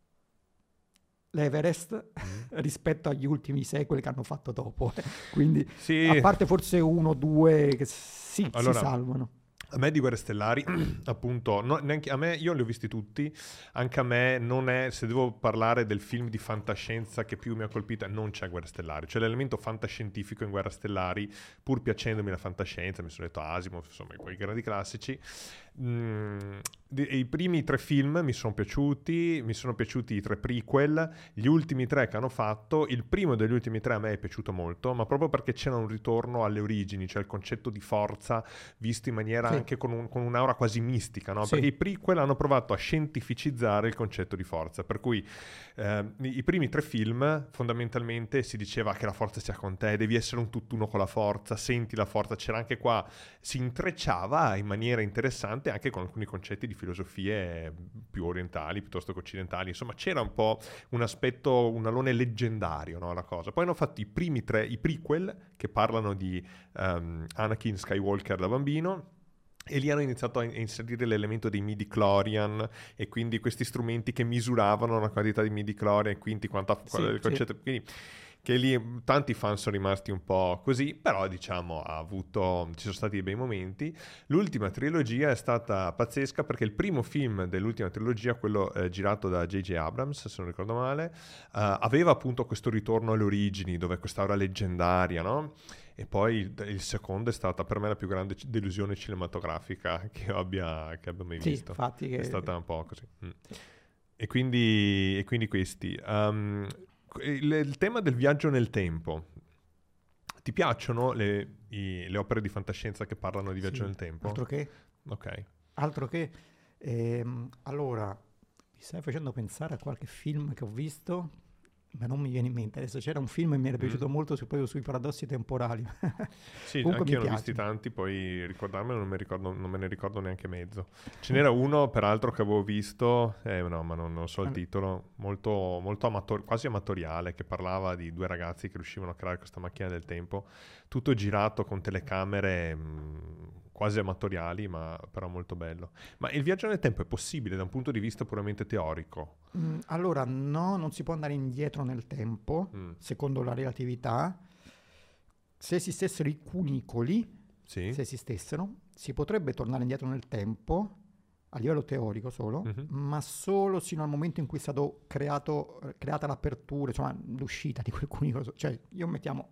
l'Everest rispetto agli ultimi sequel che hanno fatto dopo. Quindi a parte forse uno o due che si salvano. A me di Guerre Stellari, appunto, neanche a me, io li ho visti tutti, anche a me non è, se devo parlare del film di fantascienza che più mi ha colpito, non c'è Guerre Stellari, c'è l'elemento fantascientifico in Guerre Stellari, pur piacendomi la fantascienza, mi sono detto Asimov, insomma, quei grandi classici. I primi 3 film mi sono piaciuti i 3 prequel, gli ultimi 3 che hanno fatto, il primo degli ultimi 3 a me è piaciuto molto, ma proprio perché c'era un ritorno alle origini, cioè il concetto di forza visto in maniera anche con un'aura quasi mistica, no? Perché i prequel hanno provato a scientificizzare il concetto di forza, per cui i primi 3 film fondamentalmente si diceva che la forza sia con te, devi essere un tutt'uno con la forza, senti la forza, c'era anche qua, si intrecciava in maniera interessante anche con alcuni concetti di filosofie più orientali piuttosto che occidentali, insomma c'era un po' un aspetto, un alone leggendario, no, la cosa. Poi hanno fatto i primi 3, i prequel, che parlano di Anakin Skywalker da bambino, e lì hanno iniziato a inserire l'elemento dei midi-chlorian e quindi questi strumenti che misuravano la quantità di midi-chlorian e quindi il concetto. Quindi, che lì tanti fan sono rimasti un po' così, però diciamo ci sono stati dei bei momenti. L'ultima trilogia è stata pazzesca perché il primo film dell'ultima trilogia, quello girato da J.J. Abrams, se non ricordo male, aveva appunto questo ritorno alle origini, dove quest'aura leggendaria, no? E poi il secondo è stata per me la più grande delusione cinematografica che abbia mai visto. Infatti è stata un po' così. E quindi questi... il tema del viaggio nel tempo, ti piacciono le opere di fantascienza che parlano di viaggio nel tempo? Altro che. Ok. Altro che. Allora, mi stai facendo pensare a qualche film che ho visto, ma non mi viene in mente. Adesso c'era un film che mi era piaciuto molto proprio sui paradossi temporali. Sì, anche io ne ho visti tanti, poi ricordarmelo non me ne ricordo neanche mezzo. Ce n'era uno, peraltro, che avevo visto, no, ma non so il titolo, molto, molto quasi amatoriale, che parlava di 2 ragazzi che riuscivano a creare questa macchina del tempo, tutto girato con telecamere quasi amatoriali, ma però molto bello. Ma il viaggio nel tempo è possibile da un punto di vista puramente teorico? Allora, no, non si può andare indietro nel tempo, secondo la relatività. Se esistessero i cunicoli, se esistessero, si potrebbe tornare indietro nel tempo, a livello teorico solo, ma solo sino al momento in cui è stato creata l'apertura, insomma, l'uscita di quel cunicolo. Cioè, io mettiamo...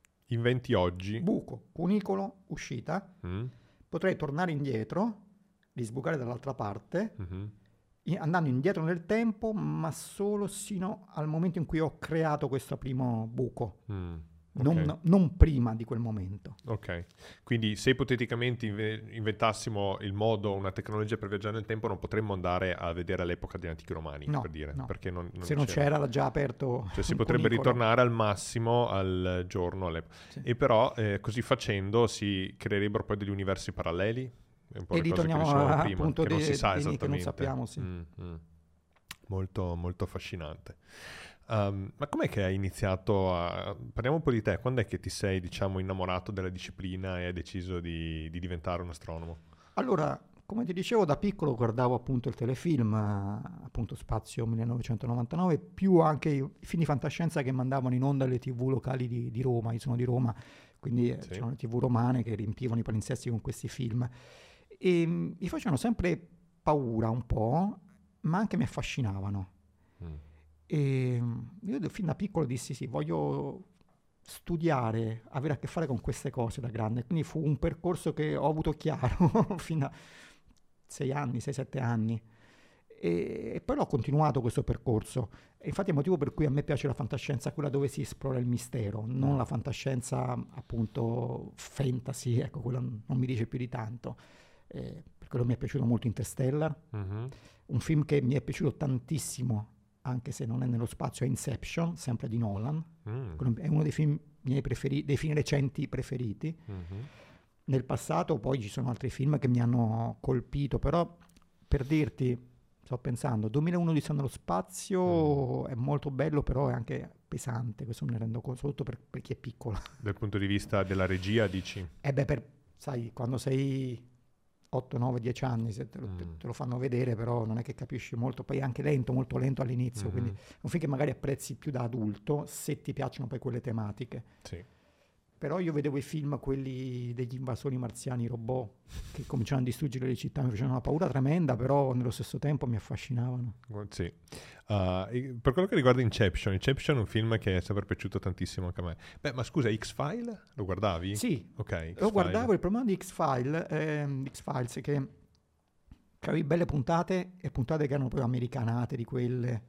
Inventi oggi. Buco, cunicolo, uscita. Potrei tornare indietro, di sbucare dall'altra parte, Mhm. andando indietro nel tempo, ma solo sino al momento in cui ho creato questo primo buco, Mm. Ok. non prima di quel momento. Ok, quindi se ipoteticamente inventassimo il modo, una tecnologia per viaggiare nel tempo, non potremmo andare a vedere l'epoca degli antichi romani, No, per dire, no. perché non Se non c'era, era già aperto Cioè si un potrebbe cunicolo. ritornare al massimo al giorno, Sì. e però così facendo si creerebbero poi degli universi paralleli, è un po' E le cose che ritorniamo dicevamo prima, appunto che non si sa che non esattamente. sappiamo, sì. Mm. Molto, molto affascinante. Ma com'è che hai iniziato a... Parliamo un po' di te, quando è che ti sei, diciamo, innamorato della disciplina e hai deciso di diventare un astronomo? Allora, come ti dicevo, da piccolo guardavo appunto il telefilm, appunto Spazio 1999, più anche i film di fantascienza che mandavano in onda alle TV locali di Roma. Io sono di Roma, quindi Sì. c'erano le TV romane che riempivano i palinsesti con questi film. E mi facevano sempre paura un po', ma anche mi affascinavano. Mm. E io fin da piccolo dissi sì, voglio studiare, avere a che fare con queste cose da grande. Quindi fu un percorso che ho avuto chiaro fino a 6-7 anni. E poi l'ho continuato questo percorso. E infatti è il motivo per cui a me piace la fantascienza, quella dove si esplora il mistero, non la fantascienza appunto fantasy, ecco, quella non mi dice più di tanto. Per quello mi è piaciuto molto Interstellar, Mhm. un film che mi è piaciuto tantissimo, anche se non è nello spazio, è Inception, sempre di Nolan. Mm. Quello è uno dei film miei preferiti, dei film recenti preferiti. Mhm. Nel passato poi ci sono altri film che mi hanno colpito, però per dirti, sto pensando, 2001 di nello spazio è molto bello, però è anche pesante, questo me ne rendo conto, soprattutto per chi è piccolo. Dal punto di vista della regia, dici? E beh, sai, quando sei 8, 9, 10 anni, se te lo fanno vedere, però non è che capisci molto, poi è anche lento, molto lento all'inizio, Mhm. quindi è un film che magari apprezzi più da adulto, se ti piacciono poi quelle tematiche. Sì. Però io vedevo i film, quelli degli invasori marziani, robot, che cominciavano a distruggere le città, mi facevano una paura tremenda, però nello stesso tempo mi affascinavano. Sì. Per quello che riguarda Inception è un film che è sempre piaciuto tantissimo anche a me. Beh, ma scusa, X-File? Lo guardavi? Sì, Ok, lo X-File. guardavo, il problema di X-Files è che avevi belle puntate e puntate che erano proprio americanate di quelle,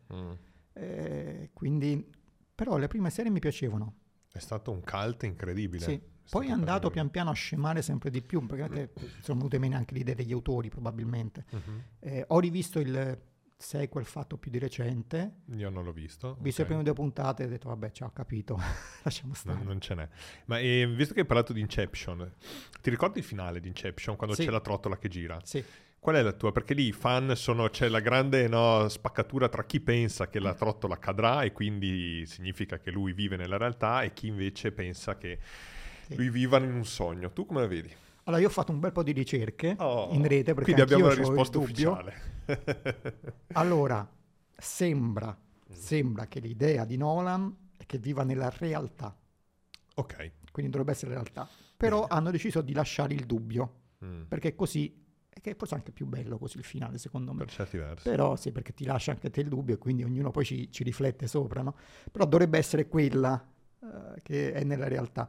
Mm. quindi, però le prime serie mi piacevano. È stato un cult incredibile. Sì. Poi è andato pian piano a scemare sempre di più, perché sono venute meno anche le idee degli autori probabilmente. Mhm. Ho rivisto il sequel fatto più di recente, Io non l'ho visto. visto ok. le prime 2 puntate e ho detto vabbè, ciao, ho capito, lasciamo stare. Non ce n'è. Ma visto che hai parlato di Inception, ti ricordi il finale di Inception quando Sì. c'è la trottola che gira? Sì, Qual è la tua? Perché lì i fan c'è la grande spaccatura tra chi pensa che la trottola cadrà e quindi significa che lui vive nella realtà e chi invece pensa che sì. lui viva in un sogno. Tu come la vedi? Allora io ho fatto un bel po' di ricerche Oh, in rete perché quindi abbiamo la anch'io c'ho il risposta dubbio. ufficiale. Allora, sembra che l'idea di Nolan è che viva nella realtà, Ok. quindi dovrebbe essere realtà. Però Bene. hanno deciso di lasciare il dubbio, Mm. perché così, è che forse è anche più bello così il finale secondo me. Per certi versi. Però sì, perché ti lascia anche te il dubbio e quindi ognuno poi ci riflette sopra, no? Però dovrebbe essere quella che è nella realtà.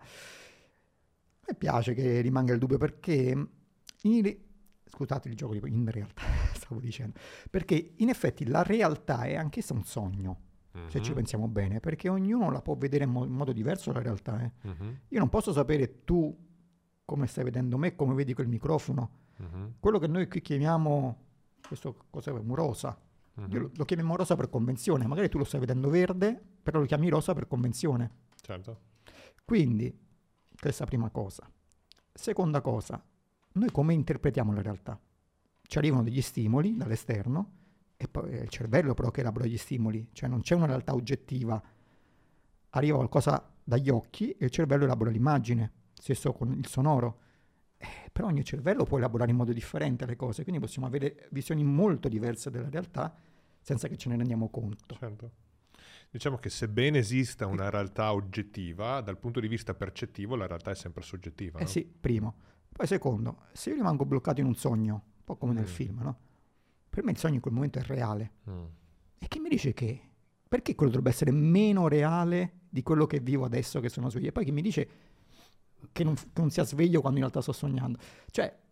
A me piace che rimanga il dubbio perché, scusate il gioco in realtà, stavo dicendo, perché in effetti la realtà è anch'essa un sogno, se ci Mhm. pensiamo bene, perché ognuno la può vedere in modo diverso la realtà. Mhm. Io non posso sapere tu come stai vedendo me, come vedi quel microfono. Mhm. Quello che noi qui chiamiamo, questo cos'è, un rosa, Mhm. io lo chiamiamo rosa per convenzione, magari tu lo stai vedendo verde, però lo chiami rosa per convenzione. Certo. Quindi, questa prima cosa. Seconda cosa, noi come interpretiamo la realtà? Ci arrivano degli stimoli dall'esterno e poi è il cervello però che elabora gli stimoli, cioè non c'è una realtà oggettiva, arriva qualcosa dagli occhi e il cervello elabora l'immagine, stesso con il sonoro. Però ogni cervello può elaborare in modo differente le cose, quindi possiamo avere visioni molto diverse della realtà senza che ce ne rendiamo conto. Certo. Diciamo che sebbene esista una realtà oggettiva, dal punto di vista percettivo la realtà è sempre soggettiva, no? Sì, primo. Poi secondo, se io rimango bloccato in un sogno, un po' come nel film, no? Per me il sogno in quel momento è reale. Mm. E chi mi dice che? Perché quello dovrebbe essere meno reale di quello che vivo adesso che sono sveglio? E poi chi mi dice che non sia sveglio quando in realtà sto sognando? Cioè,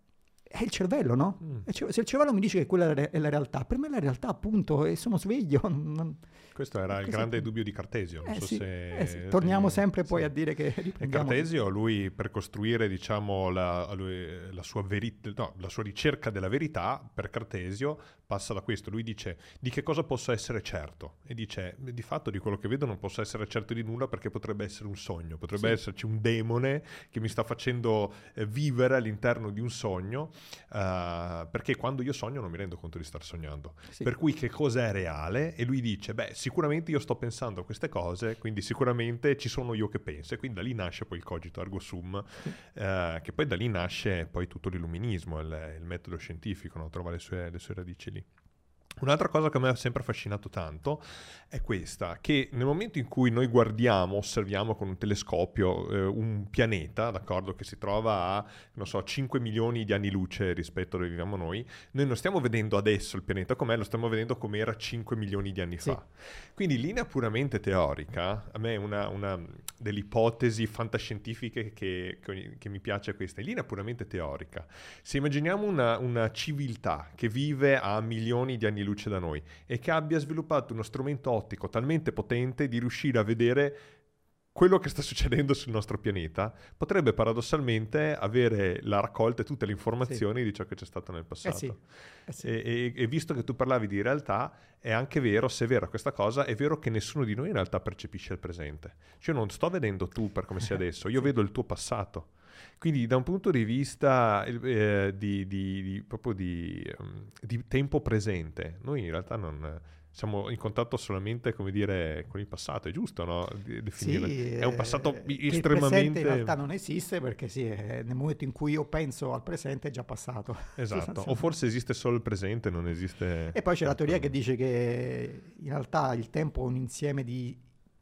È il cervello, no? Se il cervello mi dice che quella è la realtà, per me è la realtà, appunto, e sono sveglio. Questo era il grande dubbio di Cartesio. Non so sì, se sì. Torniamo sempre poi sì. a dire che E Cartesio, lui, per costruire, diciamo, la sua la sua ricerca della verità, per Cartesio passa da questo. Lui dice: di che cosa posso essere certo? E dice: di fatto di quello che vedo non posso essere certo di nulla, perché potrebbe essere un sogno, potrebbe esserci un demone che mi sta facendo vivere all'interno di un sogno, perché quando io sogno non mi rendo conto di star sognando. Per cui che cosa è reale? E lui dice: beh, sicuramente io sto pensando a queste cose, quindi sicuramente ci sono io che penso, e quindi da lì nasce poi il cogito ergo sum, che poi da lì nasce poi tutto l'illuminismo, il metodo scientifico, no? Trova le sue radici lì. Un'altra cosa che a me ha sempre affascinato tanto è questa, che nel momento in cui noi guardiamo, osserviamo con un telescopio un pianeta, d'accordo, che si trova a, non so, 5 milioni di anni luce rispetto a dove viviamo noi non stiamo vedendo adesso il pianeta com'è, lo stiamo vedendo come era 5 milioni di anni fa. Quindi in linea puramente teorica, a me una delle ipotesi fantascientifiche che mi piace è questa, in linea puramente teorica. Se immaginiamo una civiltà che vive a milioni di anni luce da noi e che abbia sviluppato uno strumento ottico talmente potente di riuscire a vedere quello che sta succedendo sul nostro pianeta, potrebbe paradossalmente avere la raccolta e tutte le informazioni di ciò che c'è stato nel passato. E visto che tu parlavi di realtà, è anche vero, se è vera questa cosa, è vero che nessuno di noi in realtà percepisce il presente. Cioè non sto vedendo tu per come sei adesso, io vedo il tuo passato. Quindi da un punto di vista proprio di tempo presente, noi in realtà non siamo in contatto solamente, come dire, con il passato, è giusto, no? Definire. È un passato estremamente... Il presente in realtà non esiste, perché nel momento in cui io penso al presente è già passato. Esatto, o forse esiste solo il presente, non esiste... E poi c'è la teoria che dice che in realtà il tempo è un insieme di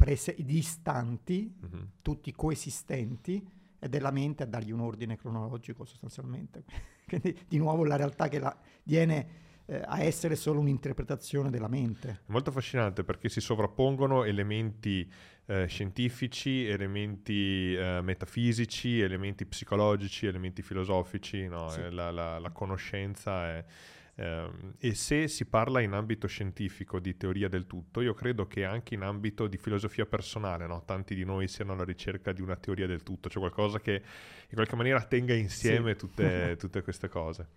istanti, tutti coesistenti, è della mente a dargli un ordine cronologico sostanzialmente. Quindi di nuovo la realtà che viene a essere solo un'interpretazione della mente. È molto affascinante perché si sovrappongono elementi scientifici, elementi metafisici, elementi psicologici, elementi filosofici, no? La conoscenza è... e se si parla in ambito scientifico di teoria del tutto, io credo che anche in ambito di filosofia personale, no? Tanti di noi siano alla ricerca di una teoria del tutto, cioè qualcosa che in qualche maniera tenga insieme tutte queste cose.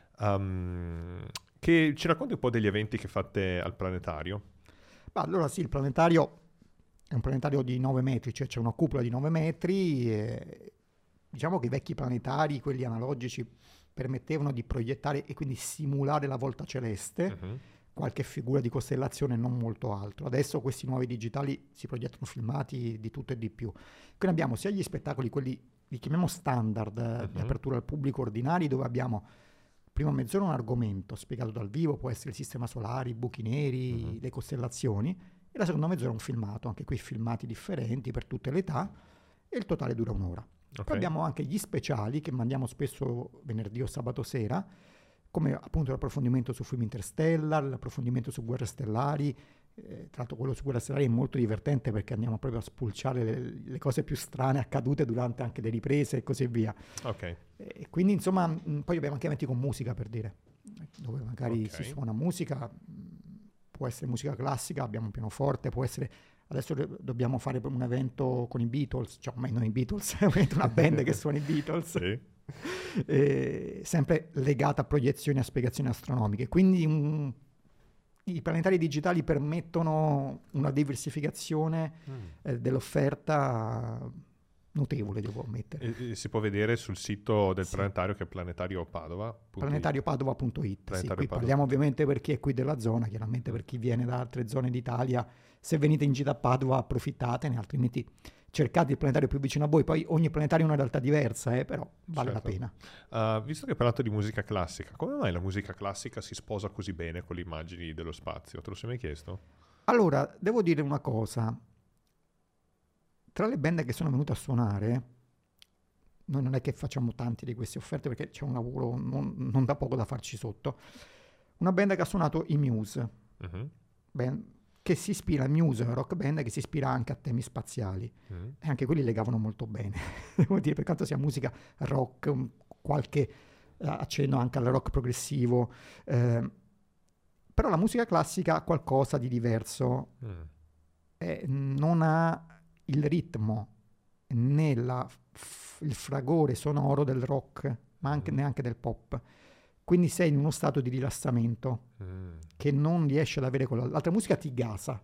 Che ci racconti un po' degli eventi che fate al planetario? Allora sì, il planetario è un planetario di 9 metri, cioè c'è una cupola di 9 metri. Diciamo che i vecchi planetari, quelli analogici, permettevano di proiettare e quindi simulare la volta celeste, qualche figura di costellazione, non molto altro. Adesso questi nuovi digitali si proiettano filmati di tutto e di più. Quindi abbiamo sia gli spettacoli, quelli li chiamiamo standard, di apertura al pubblico ordinari, dove abbiamo prima mezz'ora un argomento spiegato dal vivo, può essere il sistema solare, i buchi neri, le costellazioni, e la seconda mezz'ora un filmato, anche qui filmati differenti per tutte le età, e il totale dura un'ora. Poi abbiamo anche gli speciali che mandiamo spesso venerdì o sabato sera, come appunto l'approfondimento su film Interstellar, l'approfondimento su guerre stellari. Tra l'altro quello su guerre stellari è molto divertente perché andiamo proprio a spulciare le cose più strane accadute durante anche le riprese e così via. E quindi insomma poi abbiamo anche eventi con musica, per dire, dove magari si suona musica, può essere musica classica, abbiamo un pianoforte, può essere... Adesso dobbiamo fare un evento con i Beatles, cioè non i Beatles, una band che suona i Beatles, sempre legata a proiezioni, a spiegazioni astronomiche. Quindi i planetari digitali permettono una diversificazione dell'offerta notevole, devo ammettere. E si può vedere sul sito del planetario, che è planetariopadova.it. Planetariopadova.it, sì, qui parliamo ovviamente per chi è qui della zona, chiaramente per chi viene da altre zone d'Italia. Se venite in gita a Padova approfittatene, altrimenti cercate il planetario più vicino a voi. Poi ogni planetario è una realtà diversa, però vale la pena. Visto che hai parlato di musica classica, come mai la musica classica si sposa così bene con le immagini dello spazio? Te lo sei mai chiesto? Allora, devo dire una cosa. Tra le band che sono venute a suonare, noi non è che facciamo tanti di queste offerte perché c'è un lavoro non da poco da farci sotto. Una band che ha suonato i Muse, che si ispira, Muse, rock band che si ispira anche a temi spaziali, e anche quelli legavano molto bene, devo dire, per quanto sia musica rock, qualche accenno anche al rock progressivo, però la musica classica ha qualcosa di diverso, non ha il ritmo né il fragore sonoro del rock, ma anche neanche del pop. Quindi sei in uno stato di rilassamento che non riesci ad avere con l'altra musica, ti gasa.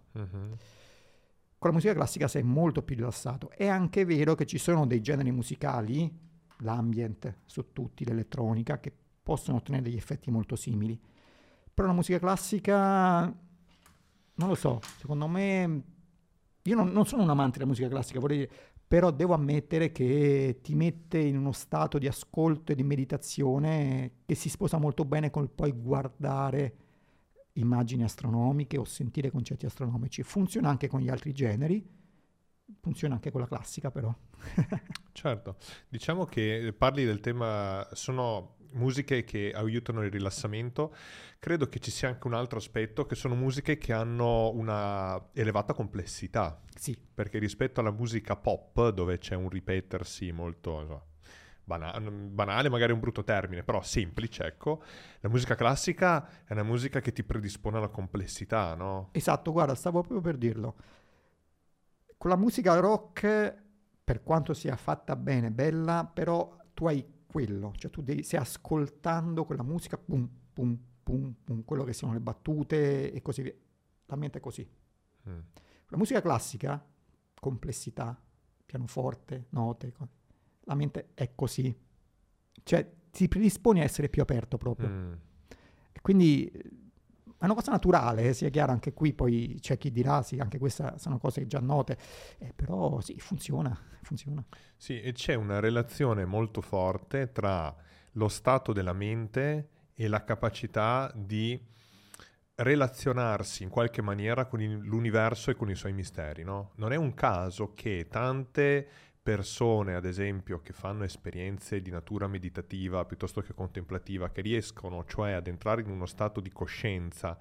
Con la musica classica sei molto più rilassato. È anche vero che ci sono dei generi musicali, l'ambient su tutti, l'elettronica, che possono ottenere degli effetti molto simili. Però la musica classica, non lo so, secondo me, io non sono un amante della musica classica, vorrei dire, però devo ammettere che ti mette in uno stato di ascolto e di meditazione che si sposa molto bene col poi guardare immagini astronomiche o sentire concetti astronomici. Funziona anche con gli altri generi, funziona anche con la classica però. Certo, diciamo che parli del tema, sono musiche che aiutano il rilassamento. Credo che ci sia anche un altro aspetto, che sono musiche che hanno una elevata complessità. Sì. Perché rispetto alla musica pop, dove c'è un ripetersi molto banale, magari è un brutto termine, però semplice, ecco, la musica classica è una musica che ti predispone alla complessità, no? Esatto, guarda, stavo proprio per dirlo. Con la musica rock, per quanto sia fatta bene, bella, però tu hai quello, cioè tu stai ascoltando quella musica, pum, pum, pum, pum, quello che sono le battute e così via. La mente è così. La musica classica, complessità, pianoforte, note, la mente è così. Cioè ti predisponi a essere più aperto proprio. E quindi è una cosa naturale, sia chiaro, anche qui poi c'è chi dirà sì, anche queste sono cose già note, però sì, funziona. Sì, e c'è una relazione molto forte tra lo stato della mente e la capacità di relazionarsi in qualche maniera con l'universo e con i suoi misteri, no? Non è un caso che tante persone, ad esempio, che fanno esperienze di natura meditativa piuttosto che contemplativa, che riescono cioè ad entrare in uno stato di coscienza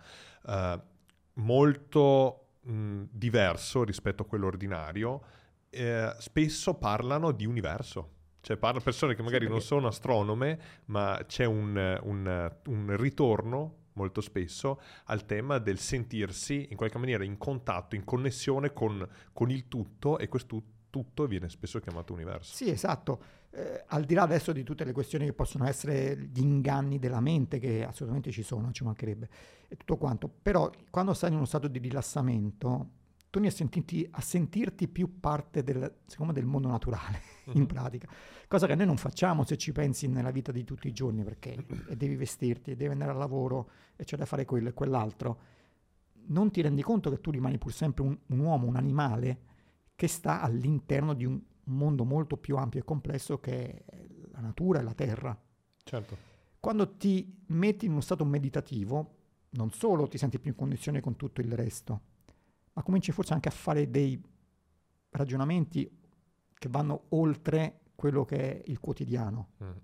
molto diverso rispetto a quello ordinario, spesso parlano di universo. Cioè persone che magari non sono astronome, ma c'è un ritorno molto spesso al tema del sentirsi in qualche maniera in contatto, in connessione con il tutto, e questo tutto viene spesso chiamato universo. Sì, esatto. Al di là adesso di tutte le questioni che possono essere gli inganni della mente, che assolutamente ci sono, ci mancherebbe, e tutto quanto, però quando stai in uno stato di rilassamento, tu a sentirti più parte secondo me, del mondo naturale, in pratica. Cosa che noi non facciamo se ci pensi nella vita di tutti i giorni, perché devi vestirti, devi andare al lavoro, e c'è da fare quello e quell'altro. Non ti rendi conto che tu rimani pur sempre un uomo, un animale, che sta all'interno di un mondo molto più ampio e complesso che è la natura e la terra. Certo. Quando ti metti in uno stato meditativo, non solo ti senti più in connessione con tutto il resto, ma cominci forse anche a fare dei ragionamenti che vanno oltre quello che è il quotidiano.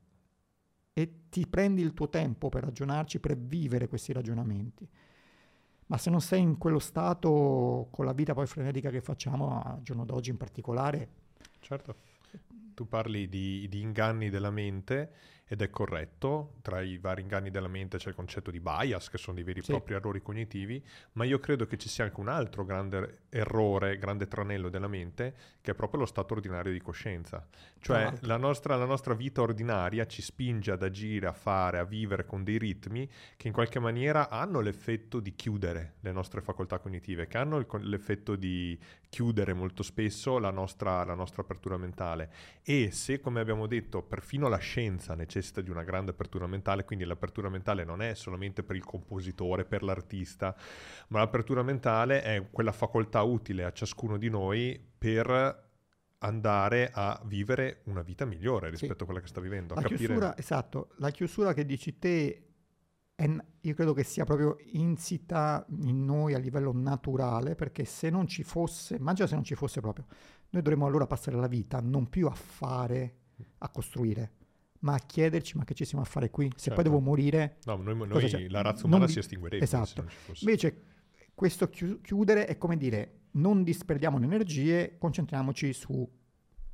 E ti prendi il tuo tempo per ragionarci, per vivere questi ragionamenti. Ma se non sei in quello stato, con la vita poi frenetica che facciamo, al giorno d'oggi in particolare... Certo. Tu parli di inganni della mente, ed è corretto. Tra i vari inganni della mente c'è il concetto di bias, che sono dei veri e propri errori cognitivi, ma io credo che ci sia anche un altro grande errore, grande tranello della mente, che è proprio lo stato ordinario di coscienza. Cioè la nostra vita ordinaria ci spinge ad agire, a fare, a vivere con dei ritmi che in qualche maniera hanno l'effetto di chiudere le nostre facoltà cognitive, che hanno l'effetto di chiudere molto spesso la nostra apertura mentale. E se, come abbiamo detto, perfino la scienza necessita di una grande apertura mentale, quindi l'apertura mentale non è solamente per il compositore, per l'artista, ma l'apertura mentale è quella facoltà utile a ciascuno di noi per andare a vivere una vita migliore rispetto a quella che sta vivendo. Esatto, la chiusura che dici te, io credo che sia proprio insita in noi a livello naturale, perché se non ci fosse, immagina se non ci fosse proprio, noi dovremmo allora passare la vita non più a fare, a costruire, ma a chiederci: ma che ci siamo a fare qui? Se poi devo morire... No, noi la razza umana si estinguerebbe. Esatto. Invece questo chiudere è come dire: non disperdiamo le energie, concentriamoci su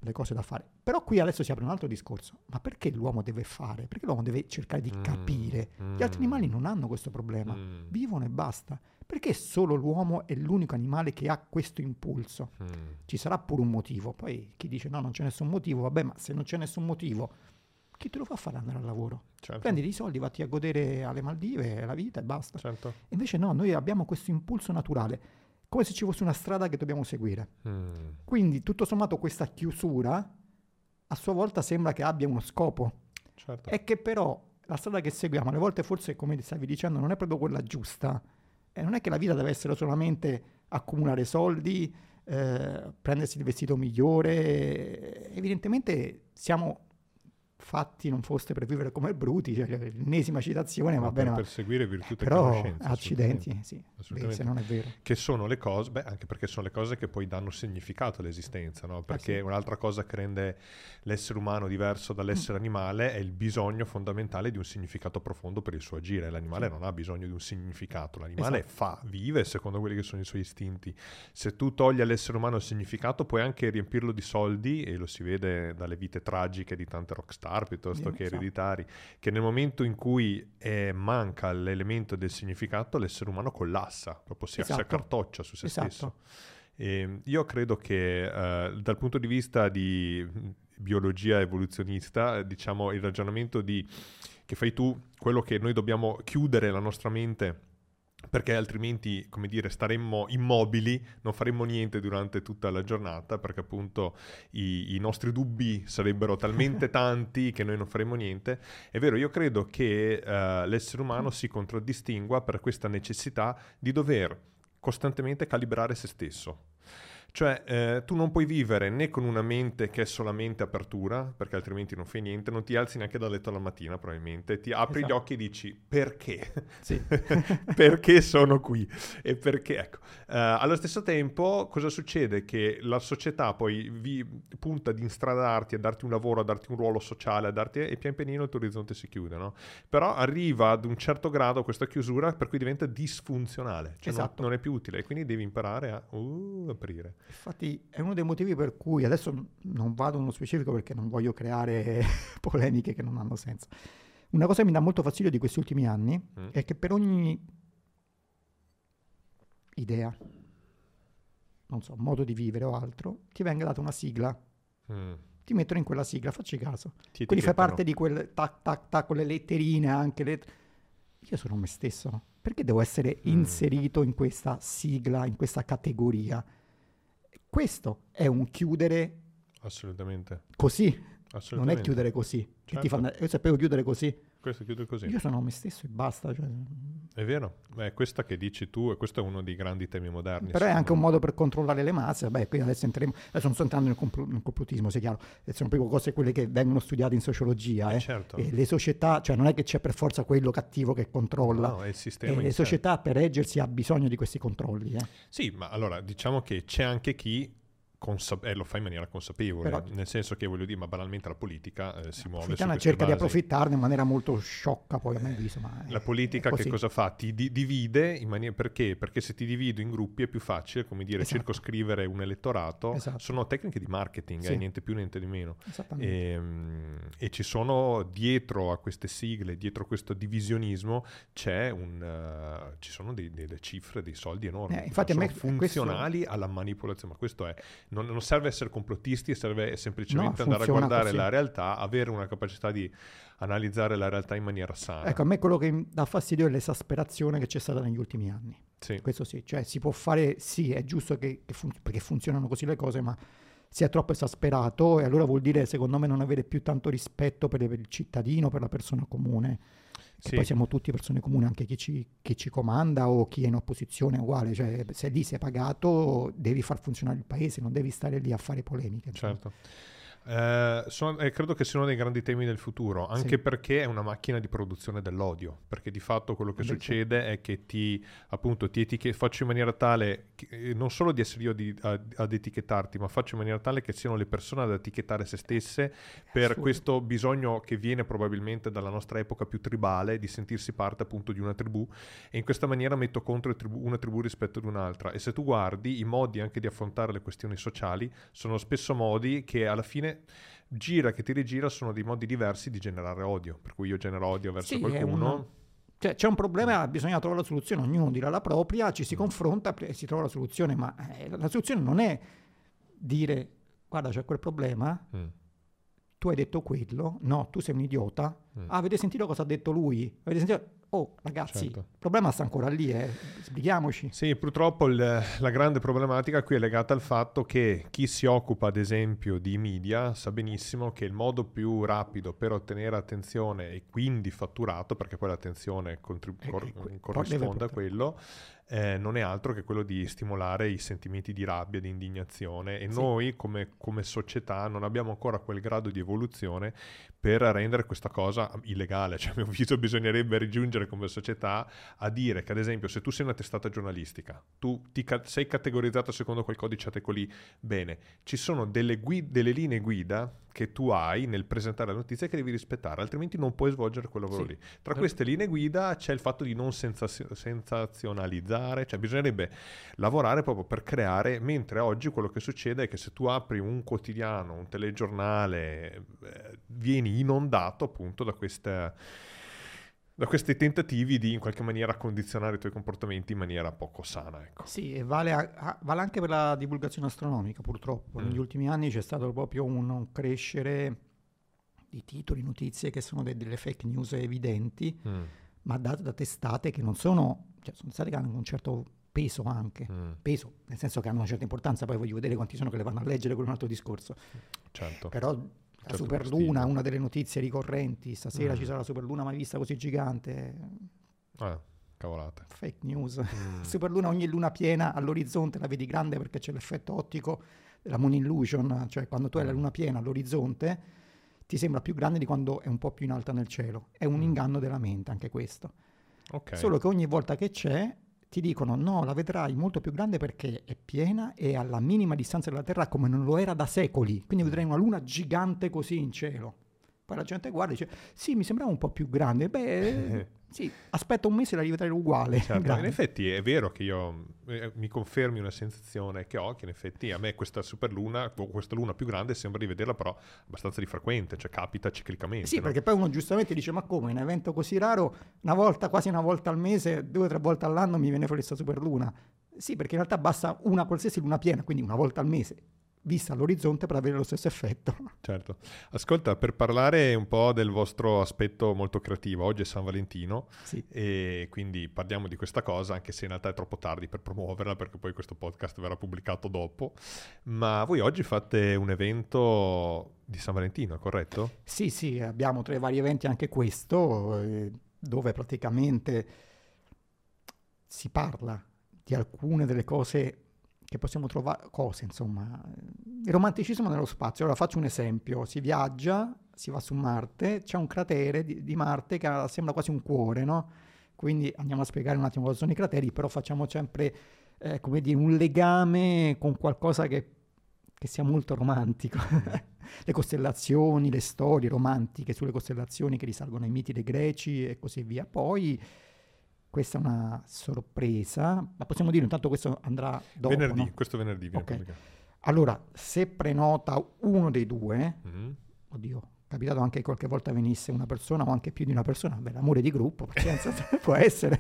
le cose da fare. Però qui adesso si apre un altro discorso. Ma perché l'uomo deve fare? Perché l'uomo deve cercare di capire? Gli altri animali non hanno questo problema. Vivono e basta. Perché solo l'uomo è l'unico animale che ha questo impulso? Ci sarà pure un motivo. Poi chi dice no, non c'è nessun motivo, vabbè, ma se non c'è nessun motivo, chi te lo fa fare andare al lavoro? Certo. Prendi dei soldi, vatti a godere alle Maldive, la vita e basta. Certo. Invece no, noi abbiamo questo impulso naturale, come se ci fosse una strada che dobbiamo seguire. Quindi tutto sommato questa chiusura a sua volta sembra che abbia uno scopo. Certo. È che però la strada che seguiamo alle volte forse, come stavi dicendo, non è proprio quella giusta. E non è che la vita deve essere solamente accumulare soldi, prendersi il vestito migliore. Evidentemente siamo fatti non foste per vivere come bruti, cioè l'ennesima citazione, va bene, per ma perseguire virtù e però conoscenza, accidenti, sì, assolutamente. se non è vero. Che sono le cose, anche perché sono le cose che poi danno significato all'esistenza, no? Perché sì. Un'altra cosa che rende l'essere umano diverso dall'essere animale è il bisogno fondamentale di un significato profondo per il suo agire. L'animale non ha bisogno di un significato, l'animale vive secondo quelli che sono i suoi istinti. Se tu togli all'essere umano il significato, puoi anche riempirlo di soldi, e lo si vede dalle vite tragiche di tante rockstar piuttosto che ereditari, che nel momento in cui manca l'elemento del significato, l'essere umano collassa, proprio si accartoccia su se stesso. E io credo che dal punto di vista di biologia evoluzionista, diciamo, il ragionamento che fai tu, quello che noi dobbiamo chiudere la nostra mente, perché altrimenti, come dire, staremmo immobili, non faremmo niente durante tutta la giornata, perché appunto i nostri dubbi sarebbero talmente tanti che noi non faremmo niente. È vero, io credo che l'essere umano si contraddistingua per questa necessità di dover costantemente calibrare se stesso. Cioè, tu non puoi vivere né con una mente che è solamente apertura, perché altrimenti non fai niente, non ti alzi neanche dal letto la mattina probabilmente, ti apri gli occhi e dici perché? Sì. Perché sono qui? E perché? Ecco. Allo stesso tempo cosa succede? Che la società poi punta ad instradarti, a darti un lavoro, a darti un ruolo sociale, e pian pianino il tuo orizzonte si chiude, no? Però arriva ad un certo grado questa chiusura per cui diventa disfunzionale, cioè non è più utile, e quindi devi imparare a aprire. Infatti è uno dei motivi per cui, adesso non vado nello specifico perché non voglio creare polemiche che non hanno senso. Una cosa che mi dà molto fastidio di questi ultimi anni è che per ogni idea, non so, modo di vivere o altro, ti venga data una sigla. Ti mettono in quella sigla, facci caso. Quindi fai parte di quel tac tac tac con le letterine, anche Io sono me stesso. Perché devo essere inserito in questa sigla, in questa categoria? Questo è un chiudere assolutamente così, non è assolutamente. chiudere così. Certo. Che ti fanno, io sapevo chiudere così. Questo chiude così. Io sono me stesso e basta. Cioè. È vero, questa che dici tu, e questo è uno dei grandi temi moderni. Però è anche un modo per controllare le masse. Vabbè, qui adesso non sto entrando nel complottismo, sia chiaro. Sono proprio cose quelle che vengono studiate in sociologia. Certo. E le società, cioè non è che c'è per forza quello cattivo che controlla. No, è il sistema. E le società per reggersi ha bisogno di questi controlli. Sì, ma allora diciamo che c'è anche chi lo fa in maniera consapevole, però, nel senso che voglio dire, ma banalmente la politica si muove su cerca basi. di approfittarne in maniera molto sciocca, poi a mio avviso. Ma la politica che cosa fa? Ti divide in maniera, perché? Perché se ti divido in gruppi è più facile, come dire, circoscrivere un elettorato. Sono tecniche di marketing, niente più niente di meno. E ci sono dietro a queste sigle, dietro a questo divisionismo ci sono delle cifre, dei soldi enormi, infatti sono funzionali alla manipolazione, ma questo è. Non serve essere complottisti, serve semplicemente andare a guardare la realtà, avere una capacità di analizzare la realtà in maniera sana. Ecco, a me quello che mi dà fastidio è l'esasperazione che c'è stata negli ultimi anni. Sì. Questo sì, cioè si può fare, sì, è giusto perché funzionano così le cose, ma si è troppo esasperato, e allora vuol dire, secondo me, non avere più tanto rispetto per il cittadino, per la persona comune. Che poi siamo tutti persone comuni, anche chi ci comanda o chi è in opposizione è uguale, cioè se lì sei pagato devi far funzionare il paese, non devi stare lì a fare polemiche. Certo. Credo che sia uno dei grandi temi del futuro, anche perché è una macchina di produzione dell'odio, perché di fatto quello che succede è che faccio in maniera tale che, non solo di essere io ad etichettarti, ma faccio in maniera tale che siano le persone ad etichettare se stesse per questo bisogno che viene probabilmente dalla nostra epoca più tribale di sentirsi parte appunto di una tribù, e in questa maniera metto contro una tribù rispetto ad un'altra. E se tu guardi i modi anche di affrontare le questioni sociali sono spesso modi che alla fine gira che ti rigira sono dei modi diversi di generare odio, per cui io genero odio verso qualcuno. C'è un problema, bisogna trovare la soluzione, ognuno dirà la propria, ci si confronta e si trova la soluzione, ma la soluzione non è dire guarda c'è quel problema, tu hai detto quello, no, tu sei un idiota, avete sentito cosa ha detto lui? Avete sentito? Oh ragazzi, il problema sta ancora lì, sbrighiamoci. Sì, purtroppo la grande problematica qui è legata al fatto che chi si occupa ad esempio di media sa benissimo che il modo più rapido per ottenere attenzione e quindi fatturato, perché poi l'attenzione corrisponde a quello, non è altro che quello di stimolare i sentimenti di rabbia, di indignazione, e noi come società non abbiamo ancora quel grado di evoluzione per rendere questa cosa illegale. Cioè, a mio avviso bisognerebbe rigiungere come società a dire che ad esempio se tu sei una testata giornalistica, tu sei categorizzato secondo quel codice ateco lì, bene, ci sono delle linee guida che tu hai nel presentare la notizia che devi rispettare, altrimenti non puoi svolgere quel lavoro lì. Tra queste linee guida c'è il fatto di non sensazionalizzare, cioè bisognerebbe lavorare proprio per creare, mentre oggi quello che succede è che se tu apri un quotidiano, un telegiornale, vieni inondato appunto da questi tentativi di in qualche maniera condizionare i tuoi comportamenti in maniera poco sana, ecco. Sì, e vale anche per la divulgazione astronomica, purtroppo. Negli ultimi anni c'è stato proprio un crescere di titoli, notizie che sono delle fake news evidenti, ma date da testate che non sono, cioè sono testate che hanno un certo peso anche, peso, nel senso che hanno una certa importanza, poi voglio vedere quanti sono che le vanno a leggere, quello è un altro discorso. Certo. Però la superluna, una delle notizie ricorrenti, stasera ci sarà la superluna mai vista così gigante. Cavolate. Fake news. Superluna, ogni luna piena all'orizzonte la vedi grande perché c'è l'effetto ottico della moon illusion, cioè quando tu hai la luna piena all'orizzonte ti sembra più grande di quando è un po' più in alta nel cielo. È un inganno della mente anche questo. Solo che ogni volta che c'è ti dicono no, la vedrai molto più grande perché è piena e alla minima distanza dalla Terra come non lo era da secoli, quindi vedrai una luna gigante così in cielo. Poi la gente guarda e dice sì, mi sembrava un po' più grande, sì, aspetta un mese e la rivedrai uguale. Certo, in effetti è vero che io mi confermi una sensazione che ho, che in effetti a me questa superluna, questa luna più grande sembra di vederla però abbastanza di frequente, cioè capita ciclicamente. Sì, perché poi uno giustamente dice ma come, un evento così raro, quasi una volta al mese, 2 o 3 volte all'anno mi viene fuori questa superluna. Sì, perché in realtà basta una qualsiasi luna piena, quindi una volta al mese, vista all'orizzonte per avere lo stesso effetto. Certo. Ascolta, per parlare un po' del vostro aspetto molto creativo, oggi è San Valentino, e quindi parliamo di questa cosa, anche se in realtà è troppo tardi per promuoverla, perché poi questo podcast verrà pubblicato dopo, ma voi oggi fate un evento di San Valentino, corretto? Sì, abbiamo 3 vari eventi, anche questo, dove praticamente si parla di alcune delle cose che possiamo trovare, insomma, il romanticismo nello spazio. Allora faccio un esempio: si viaggia, si va su Marte, c'è un cratere di Marte che sembra quasi un cuore, no? Quindi andiamo a spiegare un attimo cosa sono i crateri, però facciamo sempre, come dire, un legame con qualcosa che sia molto romantico. Le costellazioni, le storie romantiche sulle costellazioni che risalgono ai miti dei greci e così via. Poi questa è una sorpresa, ma possiamo dire intanto questo andrà dopo, venerdì, no? questo venerdì viene pubblicato. Allora, se prenota uno dei due, oddio, è capitato anche che qualche volta venisse una persona o anche più di una persona, l'amore di gruppo, pazienza, può essere.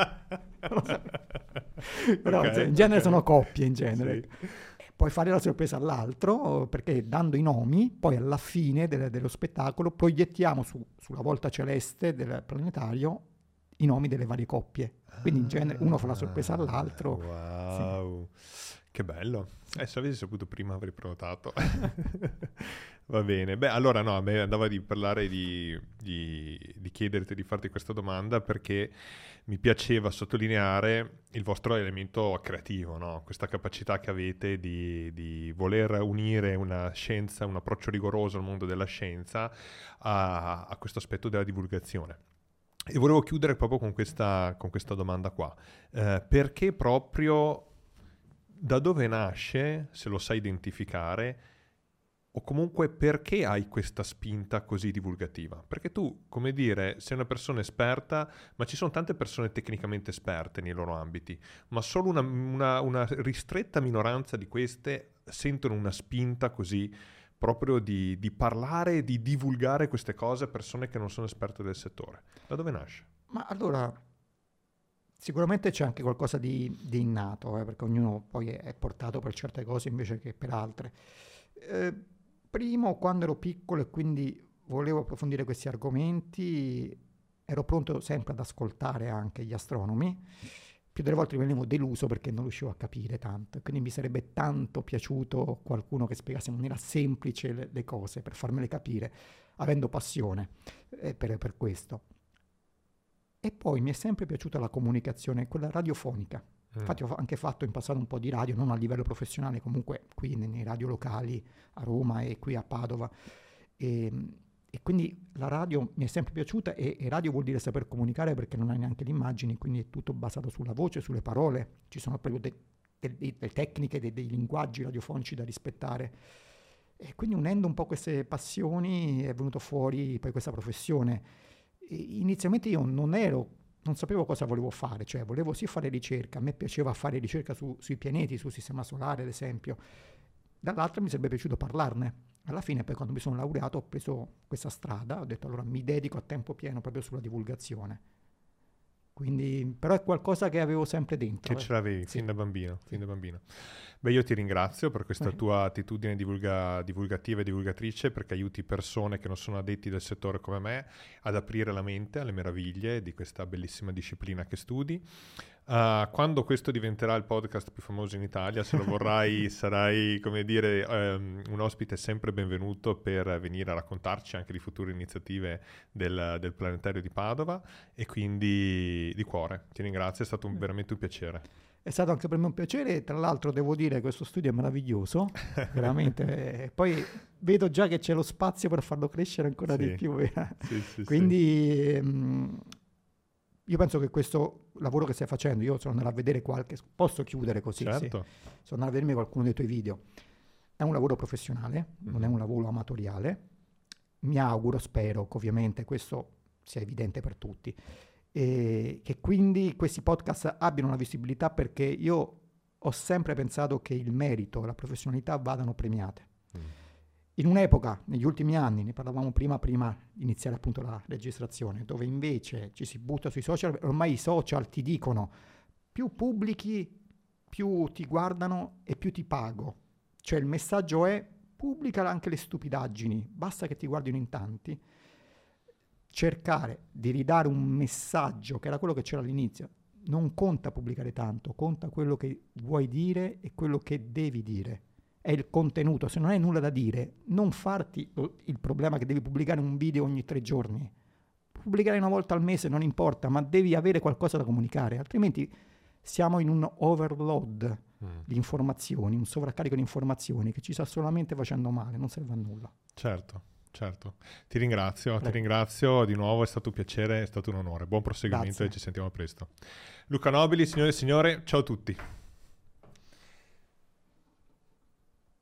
Però in genere sono coppie, in genere. Sì. Puoi fare la sorpresa all'altro, perché dando i nomi, poi alla fine dello spettacolo proiettiamo sulla volta celeste del planetario i nomi delle varie coppie. Quindi in genere uno fa la sorpresa all'altro. Wow, sì. Che bello. Se avessi saputo prima avrei prenotato. Va bene. Beh, allora no, a me andava di parlare di chiederti di farti questa domanda perché mi piaceva sottolineare il vostro elemento creativo, no? Questa capacità che avete di voler unire una scienza, un approccio rigoroso al mondo della scienza a questo aspetto della divulgazione. E volevo chiudere proprio con questa domanda qua. Perché proprio da dove nasce, se lo sai identificare, o comunque perché hai questa spinta così divulgativa? Perché tu, come dire, sei una persona esperta, ma ci sono tante persone tecnicamente esperte nei loro ambiti, ma solo una ristretta minoranza di queste sentono una spinta così proprio di parlare, di divulgare queste cose a persone che non sono esperte del settore. Da dove nasce? Ma allora, sicuramente c'è anche qualcosa di innato, perché ognuno poi è portato per certe cose invece che per altre. Primo, quando ero piccolo e quindi volevo approfondire questi argomenti, ero pronto sempre ad ascoltare anche gli astronomi. Più delle volte venivo deluso perché non riuscivo a capire tanto, quindi mi sarebbe tanto piaciuto qualcuno che spiegasse in maniera semplice le cose per farmele capire, avendo passione per questo. E poi mi è sempre piaciuta la comunicazione, quella radiofonica. Infatti ho anche fatto in passato un po' di radio, non a livello professionale, comunque qui nei radio locali a Roma e qui a Padova. E quindi la radio mi è sempre piaciuta e radio vuol dire saper comunicare perché non hai neanche le immagini, quindi è tutto basato sulla voce, sulle parole. Ci sono proprio delle tecniche, dei linguaggi radiofonici da rispettare. E quindi unendo un po' queste passioni è venuto fuori poi questa professione. E inizialmente io non sapevo cosa volevo fare, cioè volevo sì fare ricerca, a me piaceva fare ricerca sui pianeti, sul sistema solare ad esempio, dall'altra mi sarebbe piaciuto parlarne. Alla fine poi quando mi sono laureato ho preso questa strada, ho detto allora mi dedico a tempo pieno proprio sulla divulgazione. Quindi, però è qualcosa che avevo sempre dentro. Che ce l'avevi fin da bambino, fin da bambino. Beh, io ti ringrazio per questa tua attitudine divulgativa e divulgatrice, perché aiuti persone che non sono addetti del settore come me ad aprire la mente alle meraviglie di questa bellissima disciplina che studi. Quando questo diventerà il podcast più famoso in Italia, se lo vorrai, sarai, come dire, un ospite sempre benvenuto per venire a raccontarci anche di future iniziative del Planetario di Padova, e quindi di cuore ti ringrazio, è stato veramente un piacere. È stato anche per me un piacere, tra l'altro devo dire che questo studio è meraviglioso, veramente, poi vedo già che c'è lo spazio per farlo crescere ancora di più. Quindi io penso che questo lavoro che stai facendo, io sono andato a vedere posso chiudere così, certo. Sono andato a vedermi qualcuno dei tuoi video, è un lavoro professionale, non è un lavoro amatoriale, mi auguro, spero che ovviamente questo sia evidente per tutti, e che quindi questi podcast abbiano una visibilità, perché io ho sempre pensato che il merito e la professionalità vadano premiate. In un'epoca, negli ultimi anni, ne parlavamo prima di iniziare appunto la registrazione, dove invece ci si butta sui social, ormai i social ti dicono più pubblichi, più ti guardano e più ti pago. Cioè il messaggio è pubblica anche le stupidaggini, basta che ti guardino in tanti. Cercare di ridare un messaggio che era quello che c'era all'inizio. Non conta pubblicare tanto, conta quello che vuoi dire e quello che devi dire. È il contenuto. Se non hai nulla da dire, non farti il problema che devi pubblicare un video ogni 3 giorni. Pubblicare una volta al mese non importa, ma devi avere qualcosa da comunicare, altrimenti siamo in un overload di informazioni, un sovraccarico di informazioni che ci sta solamente facendo male, non serve a nulla. Certo. Ti ringrazio di nuovo, è stato un piacere, è stato un onore. Buon proseguimento. Grazie. E ci sentiamo presto. Luca Nobili, signore e signore, ciao a tutti.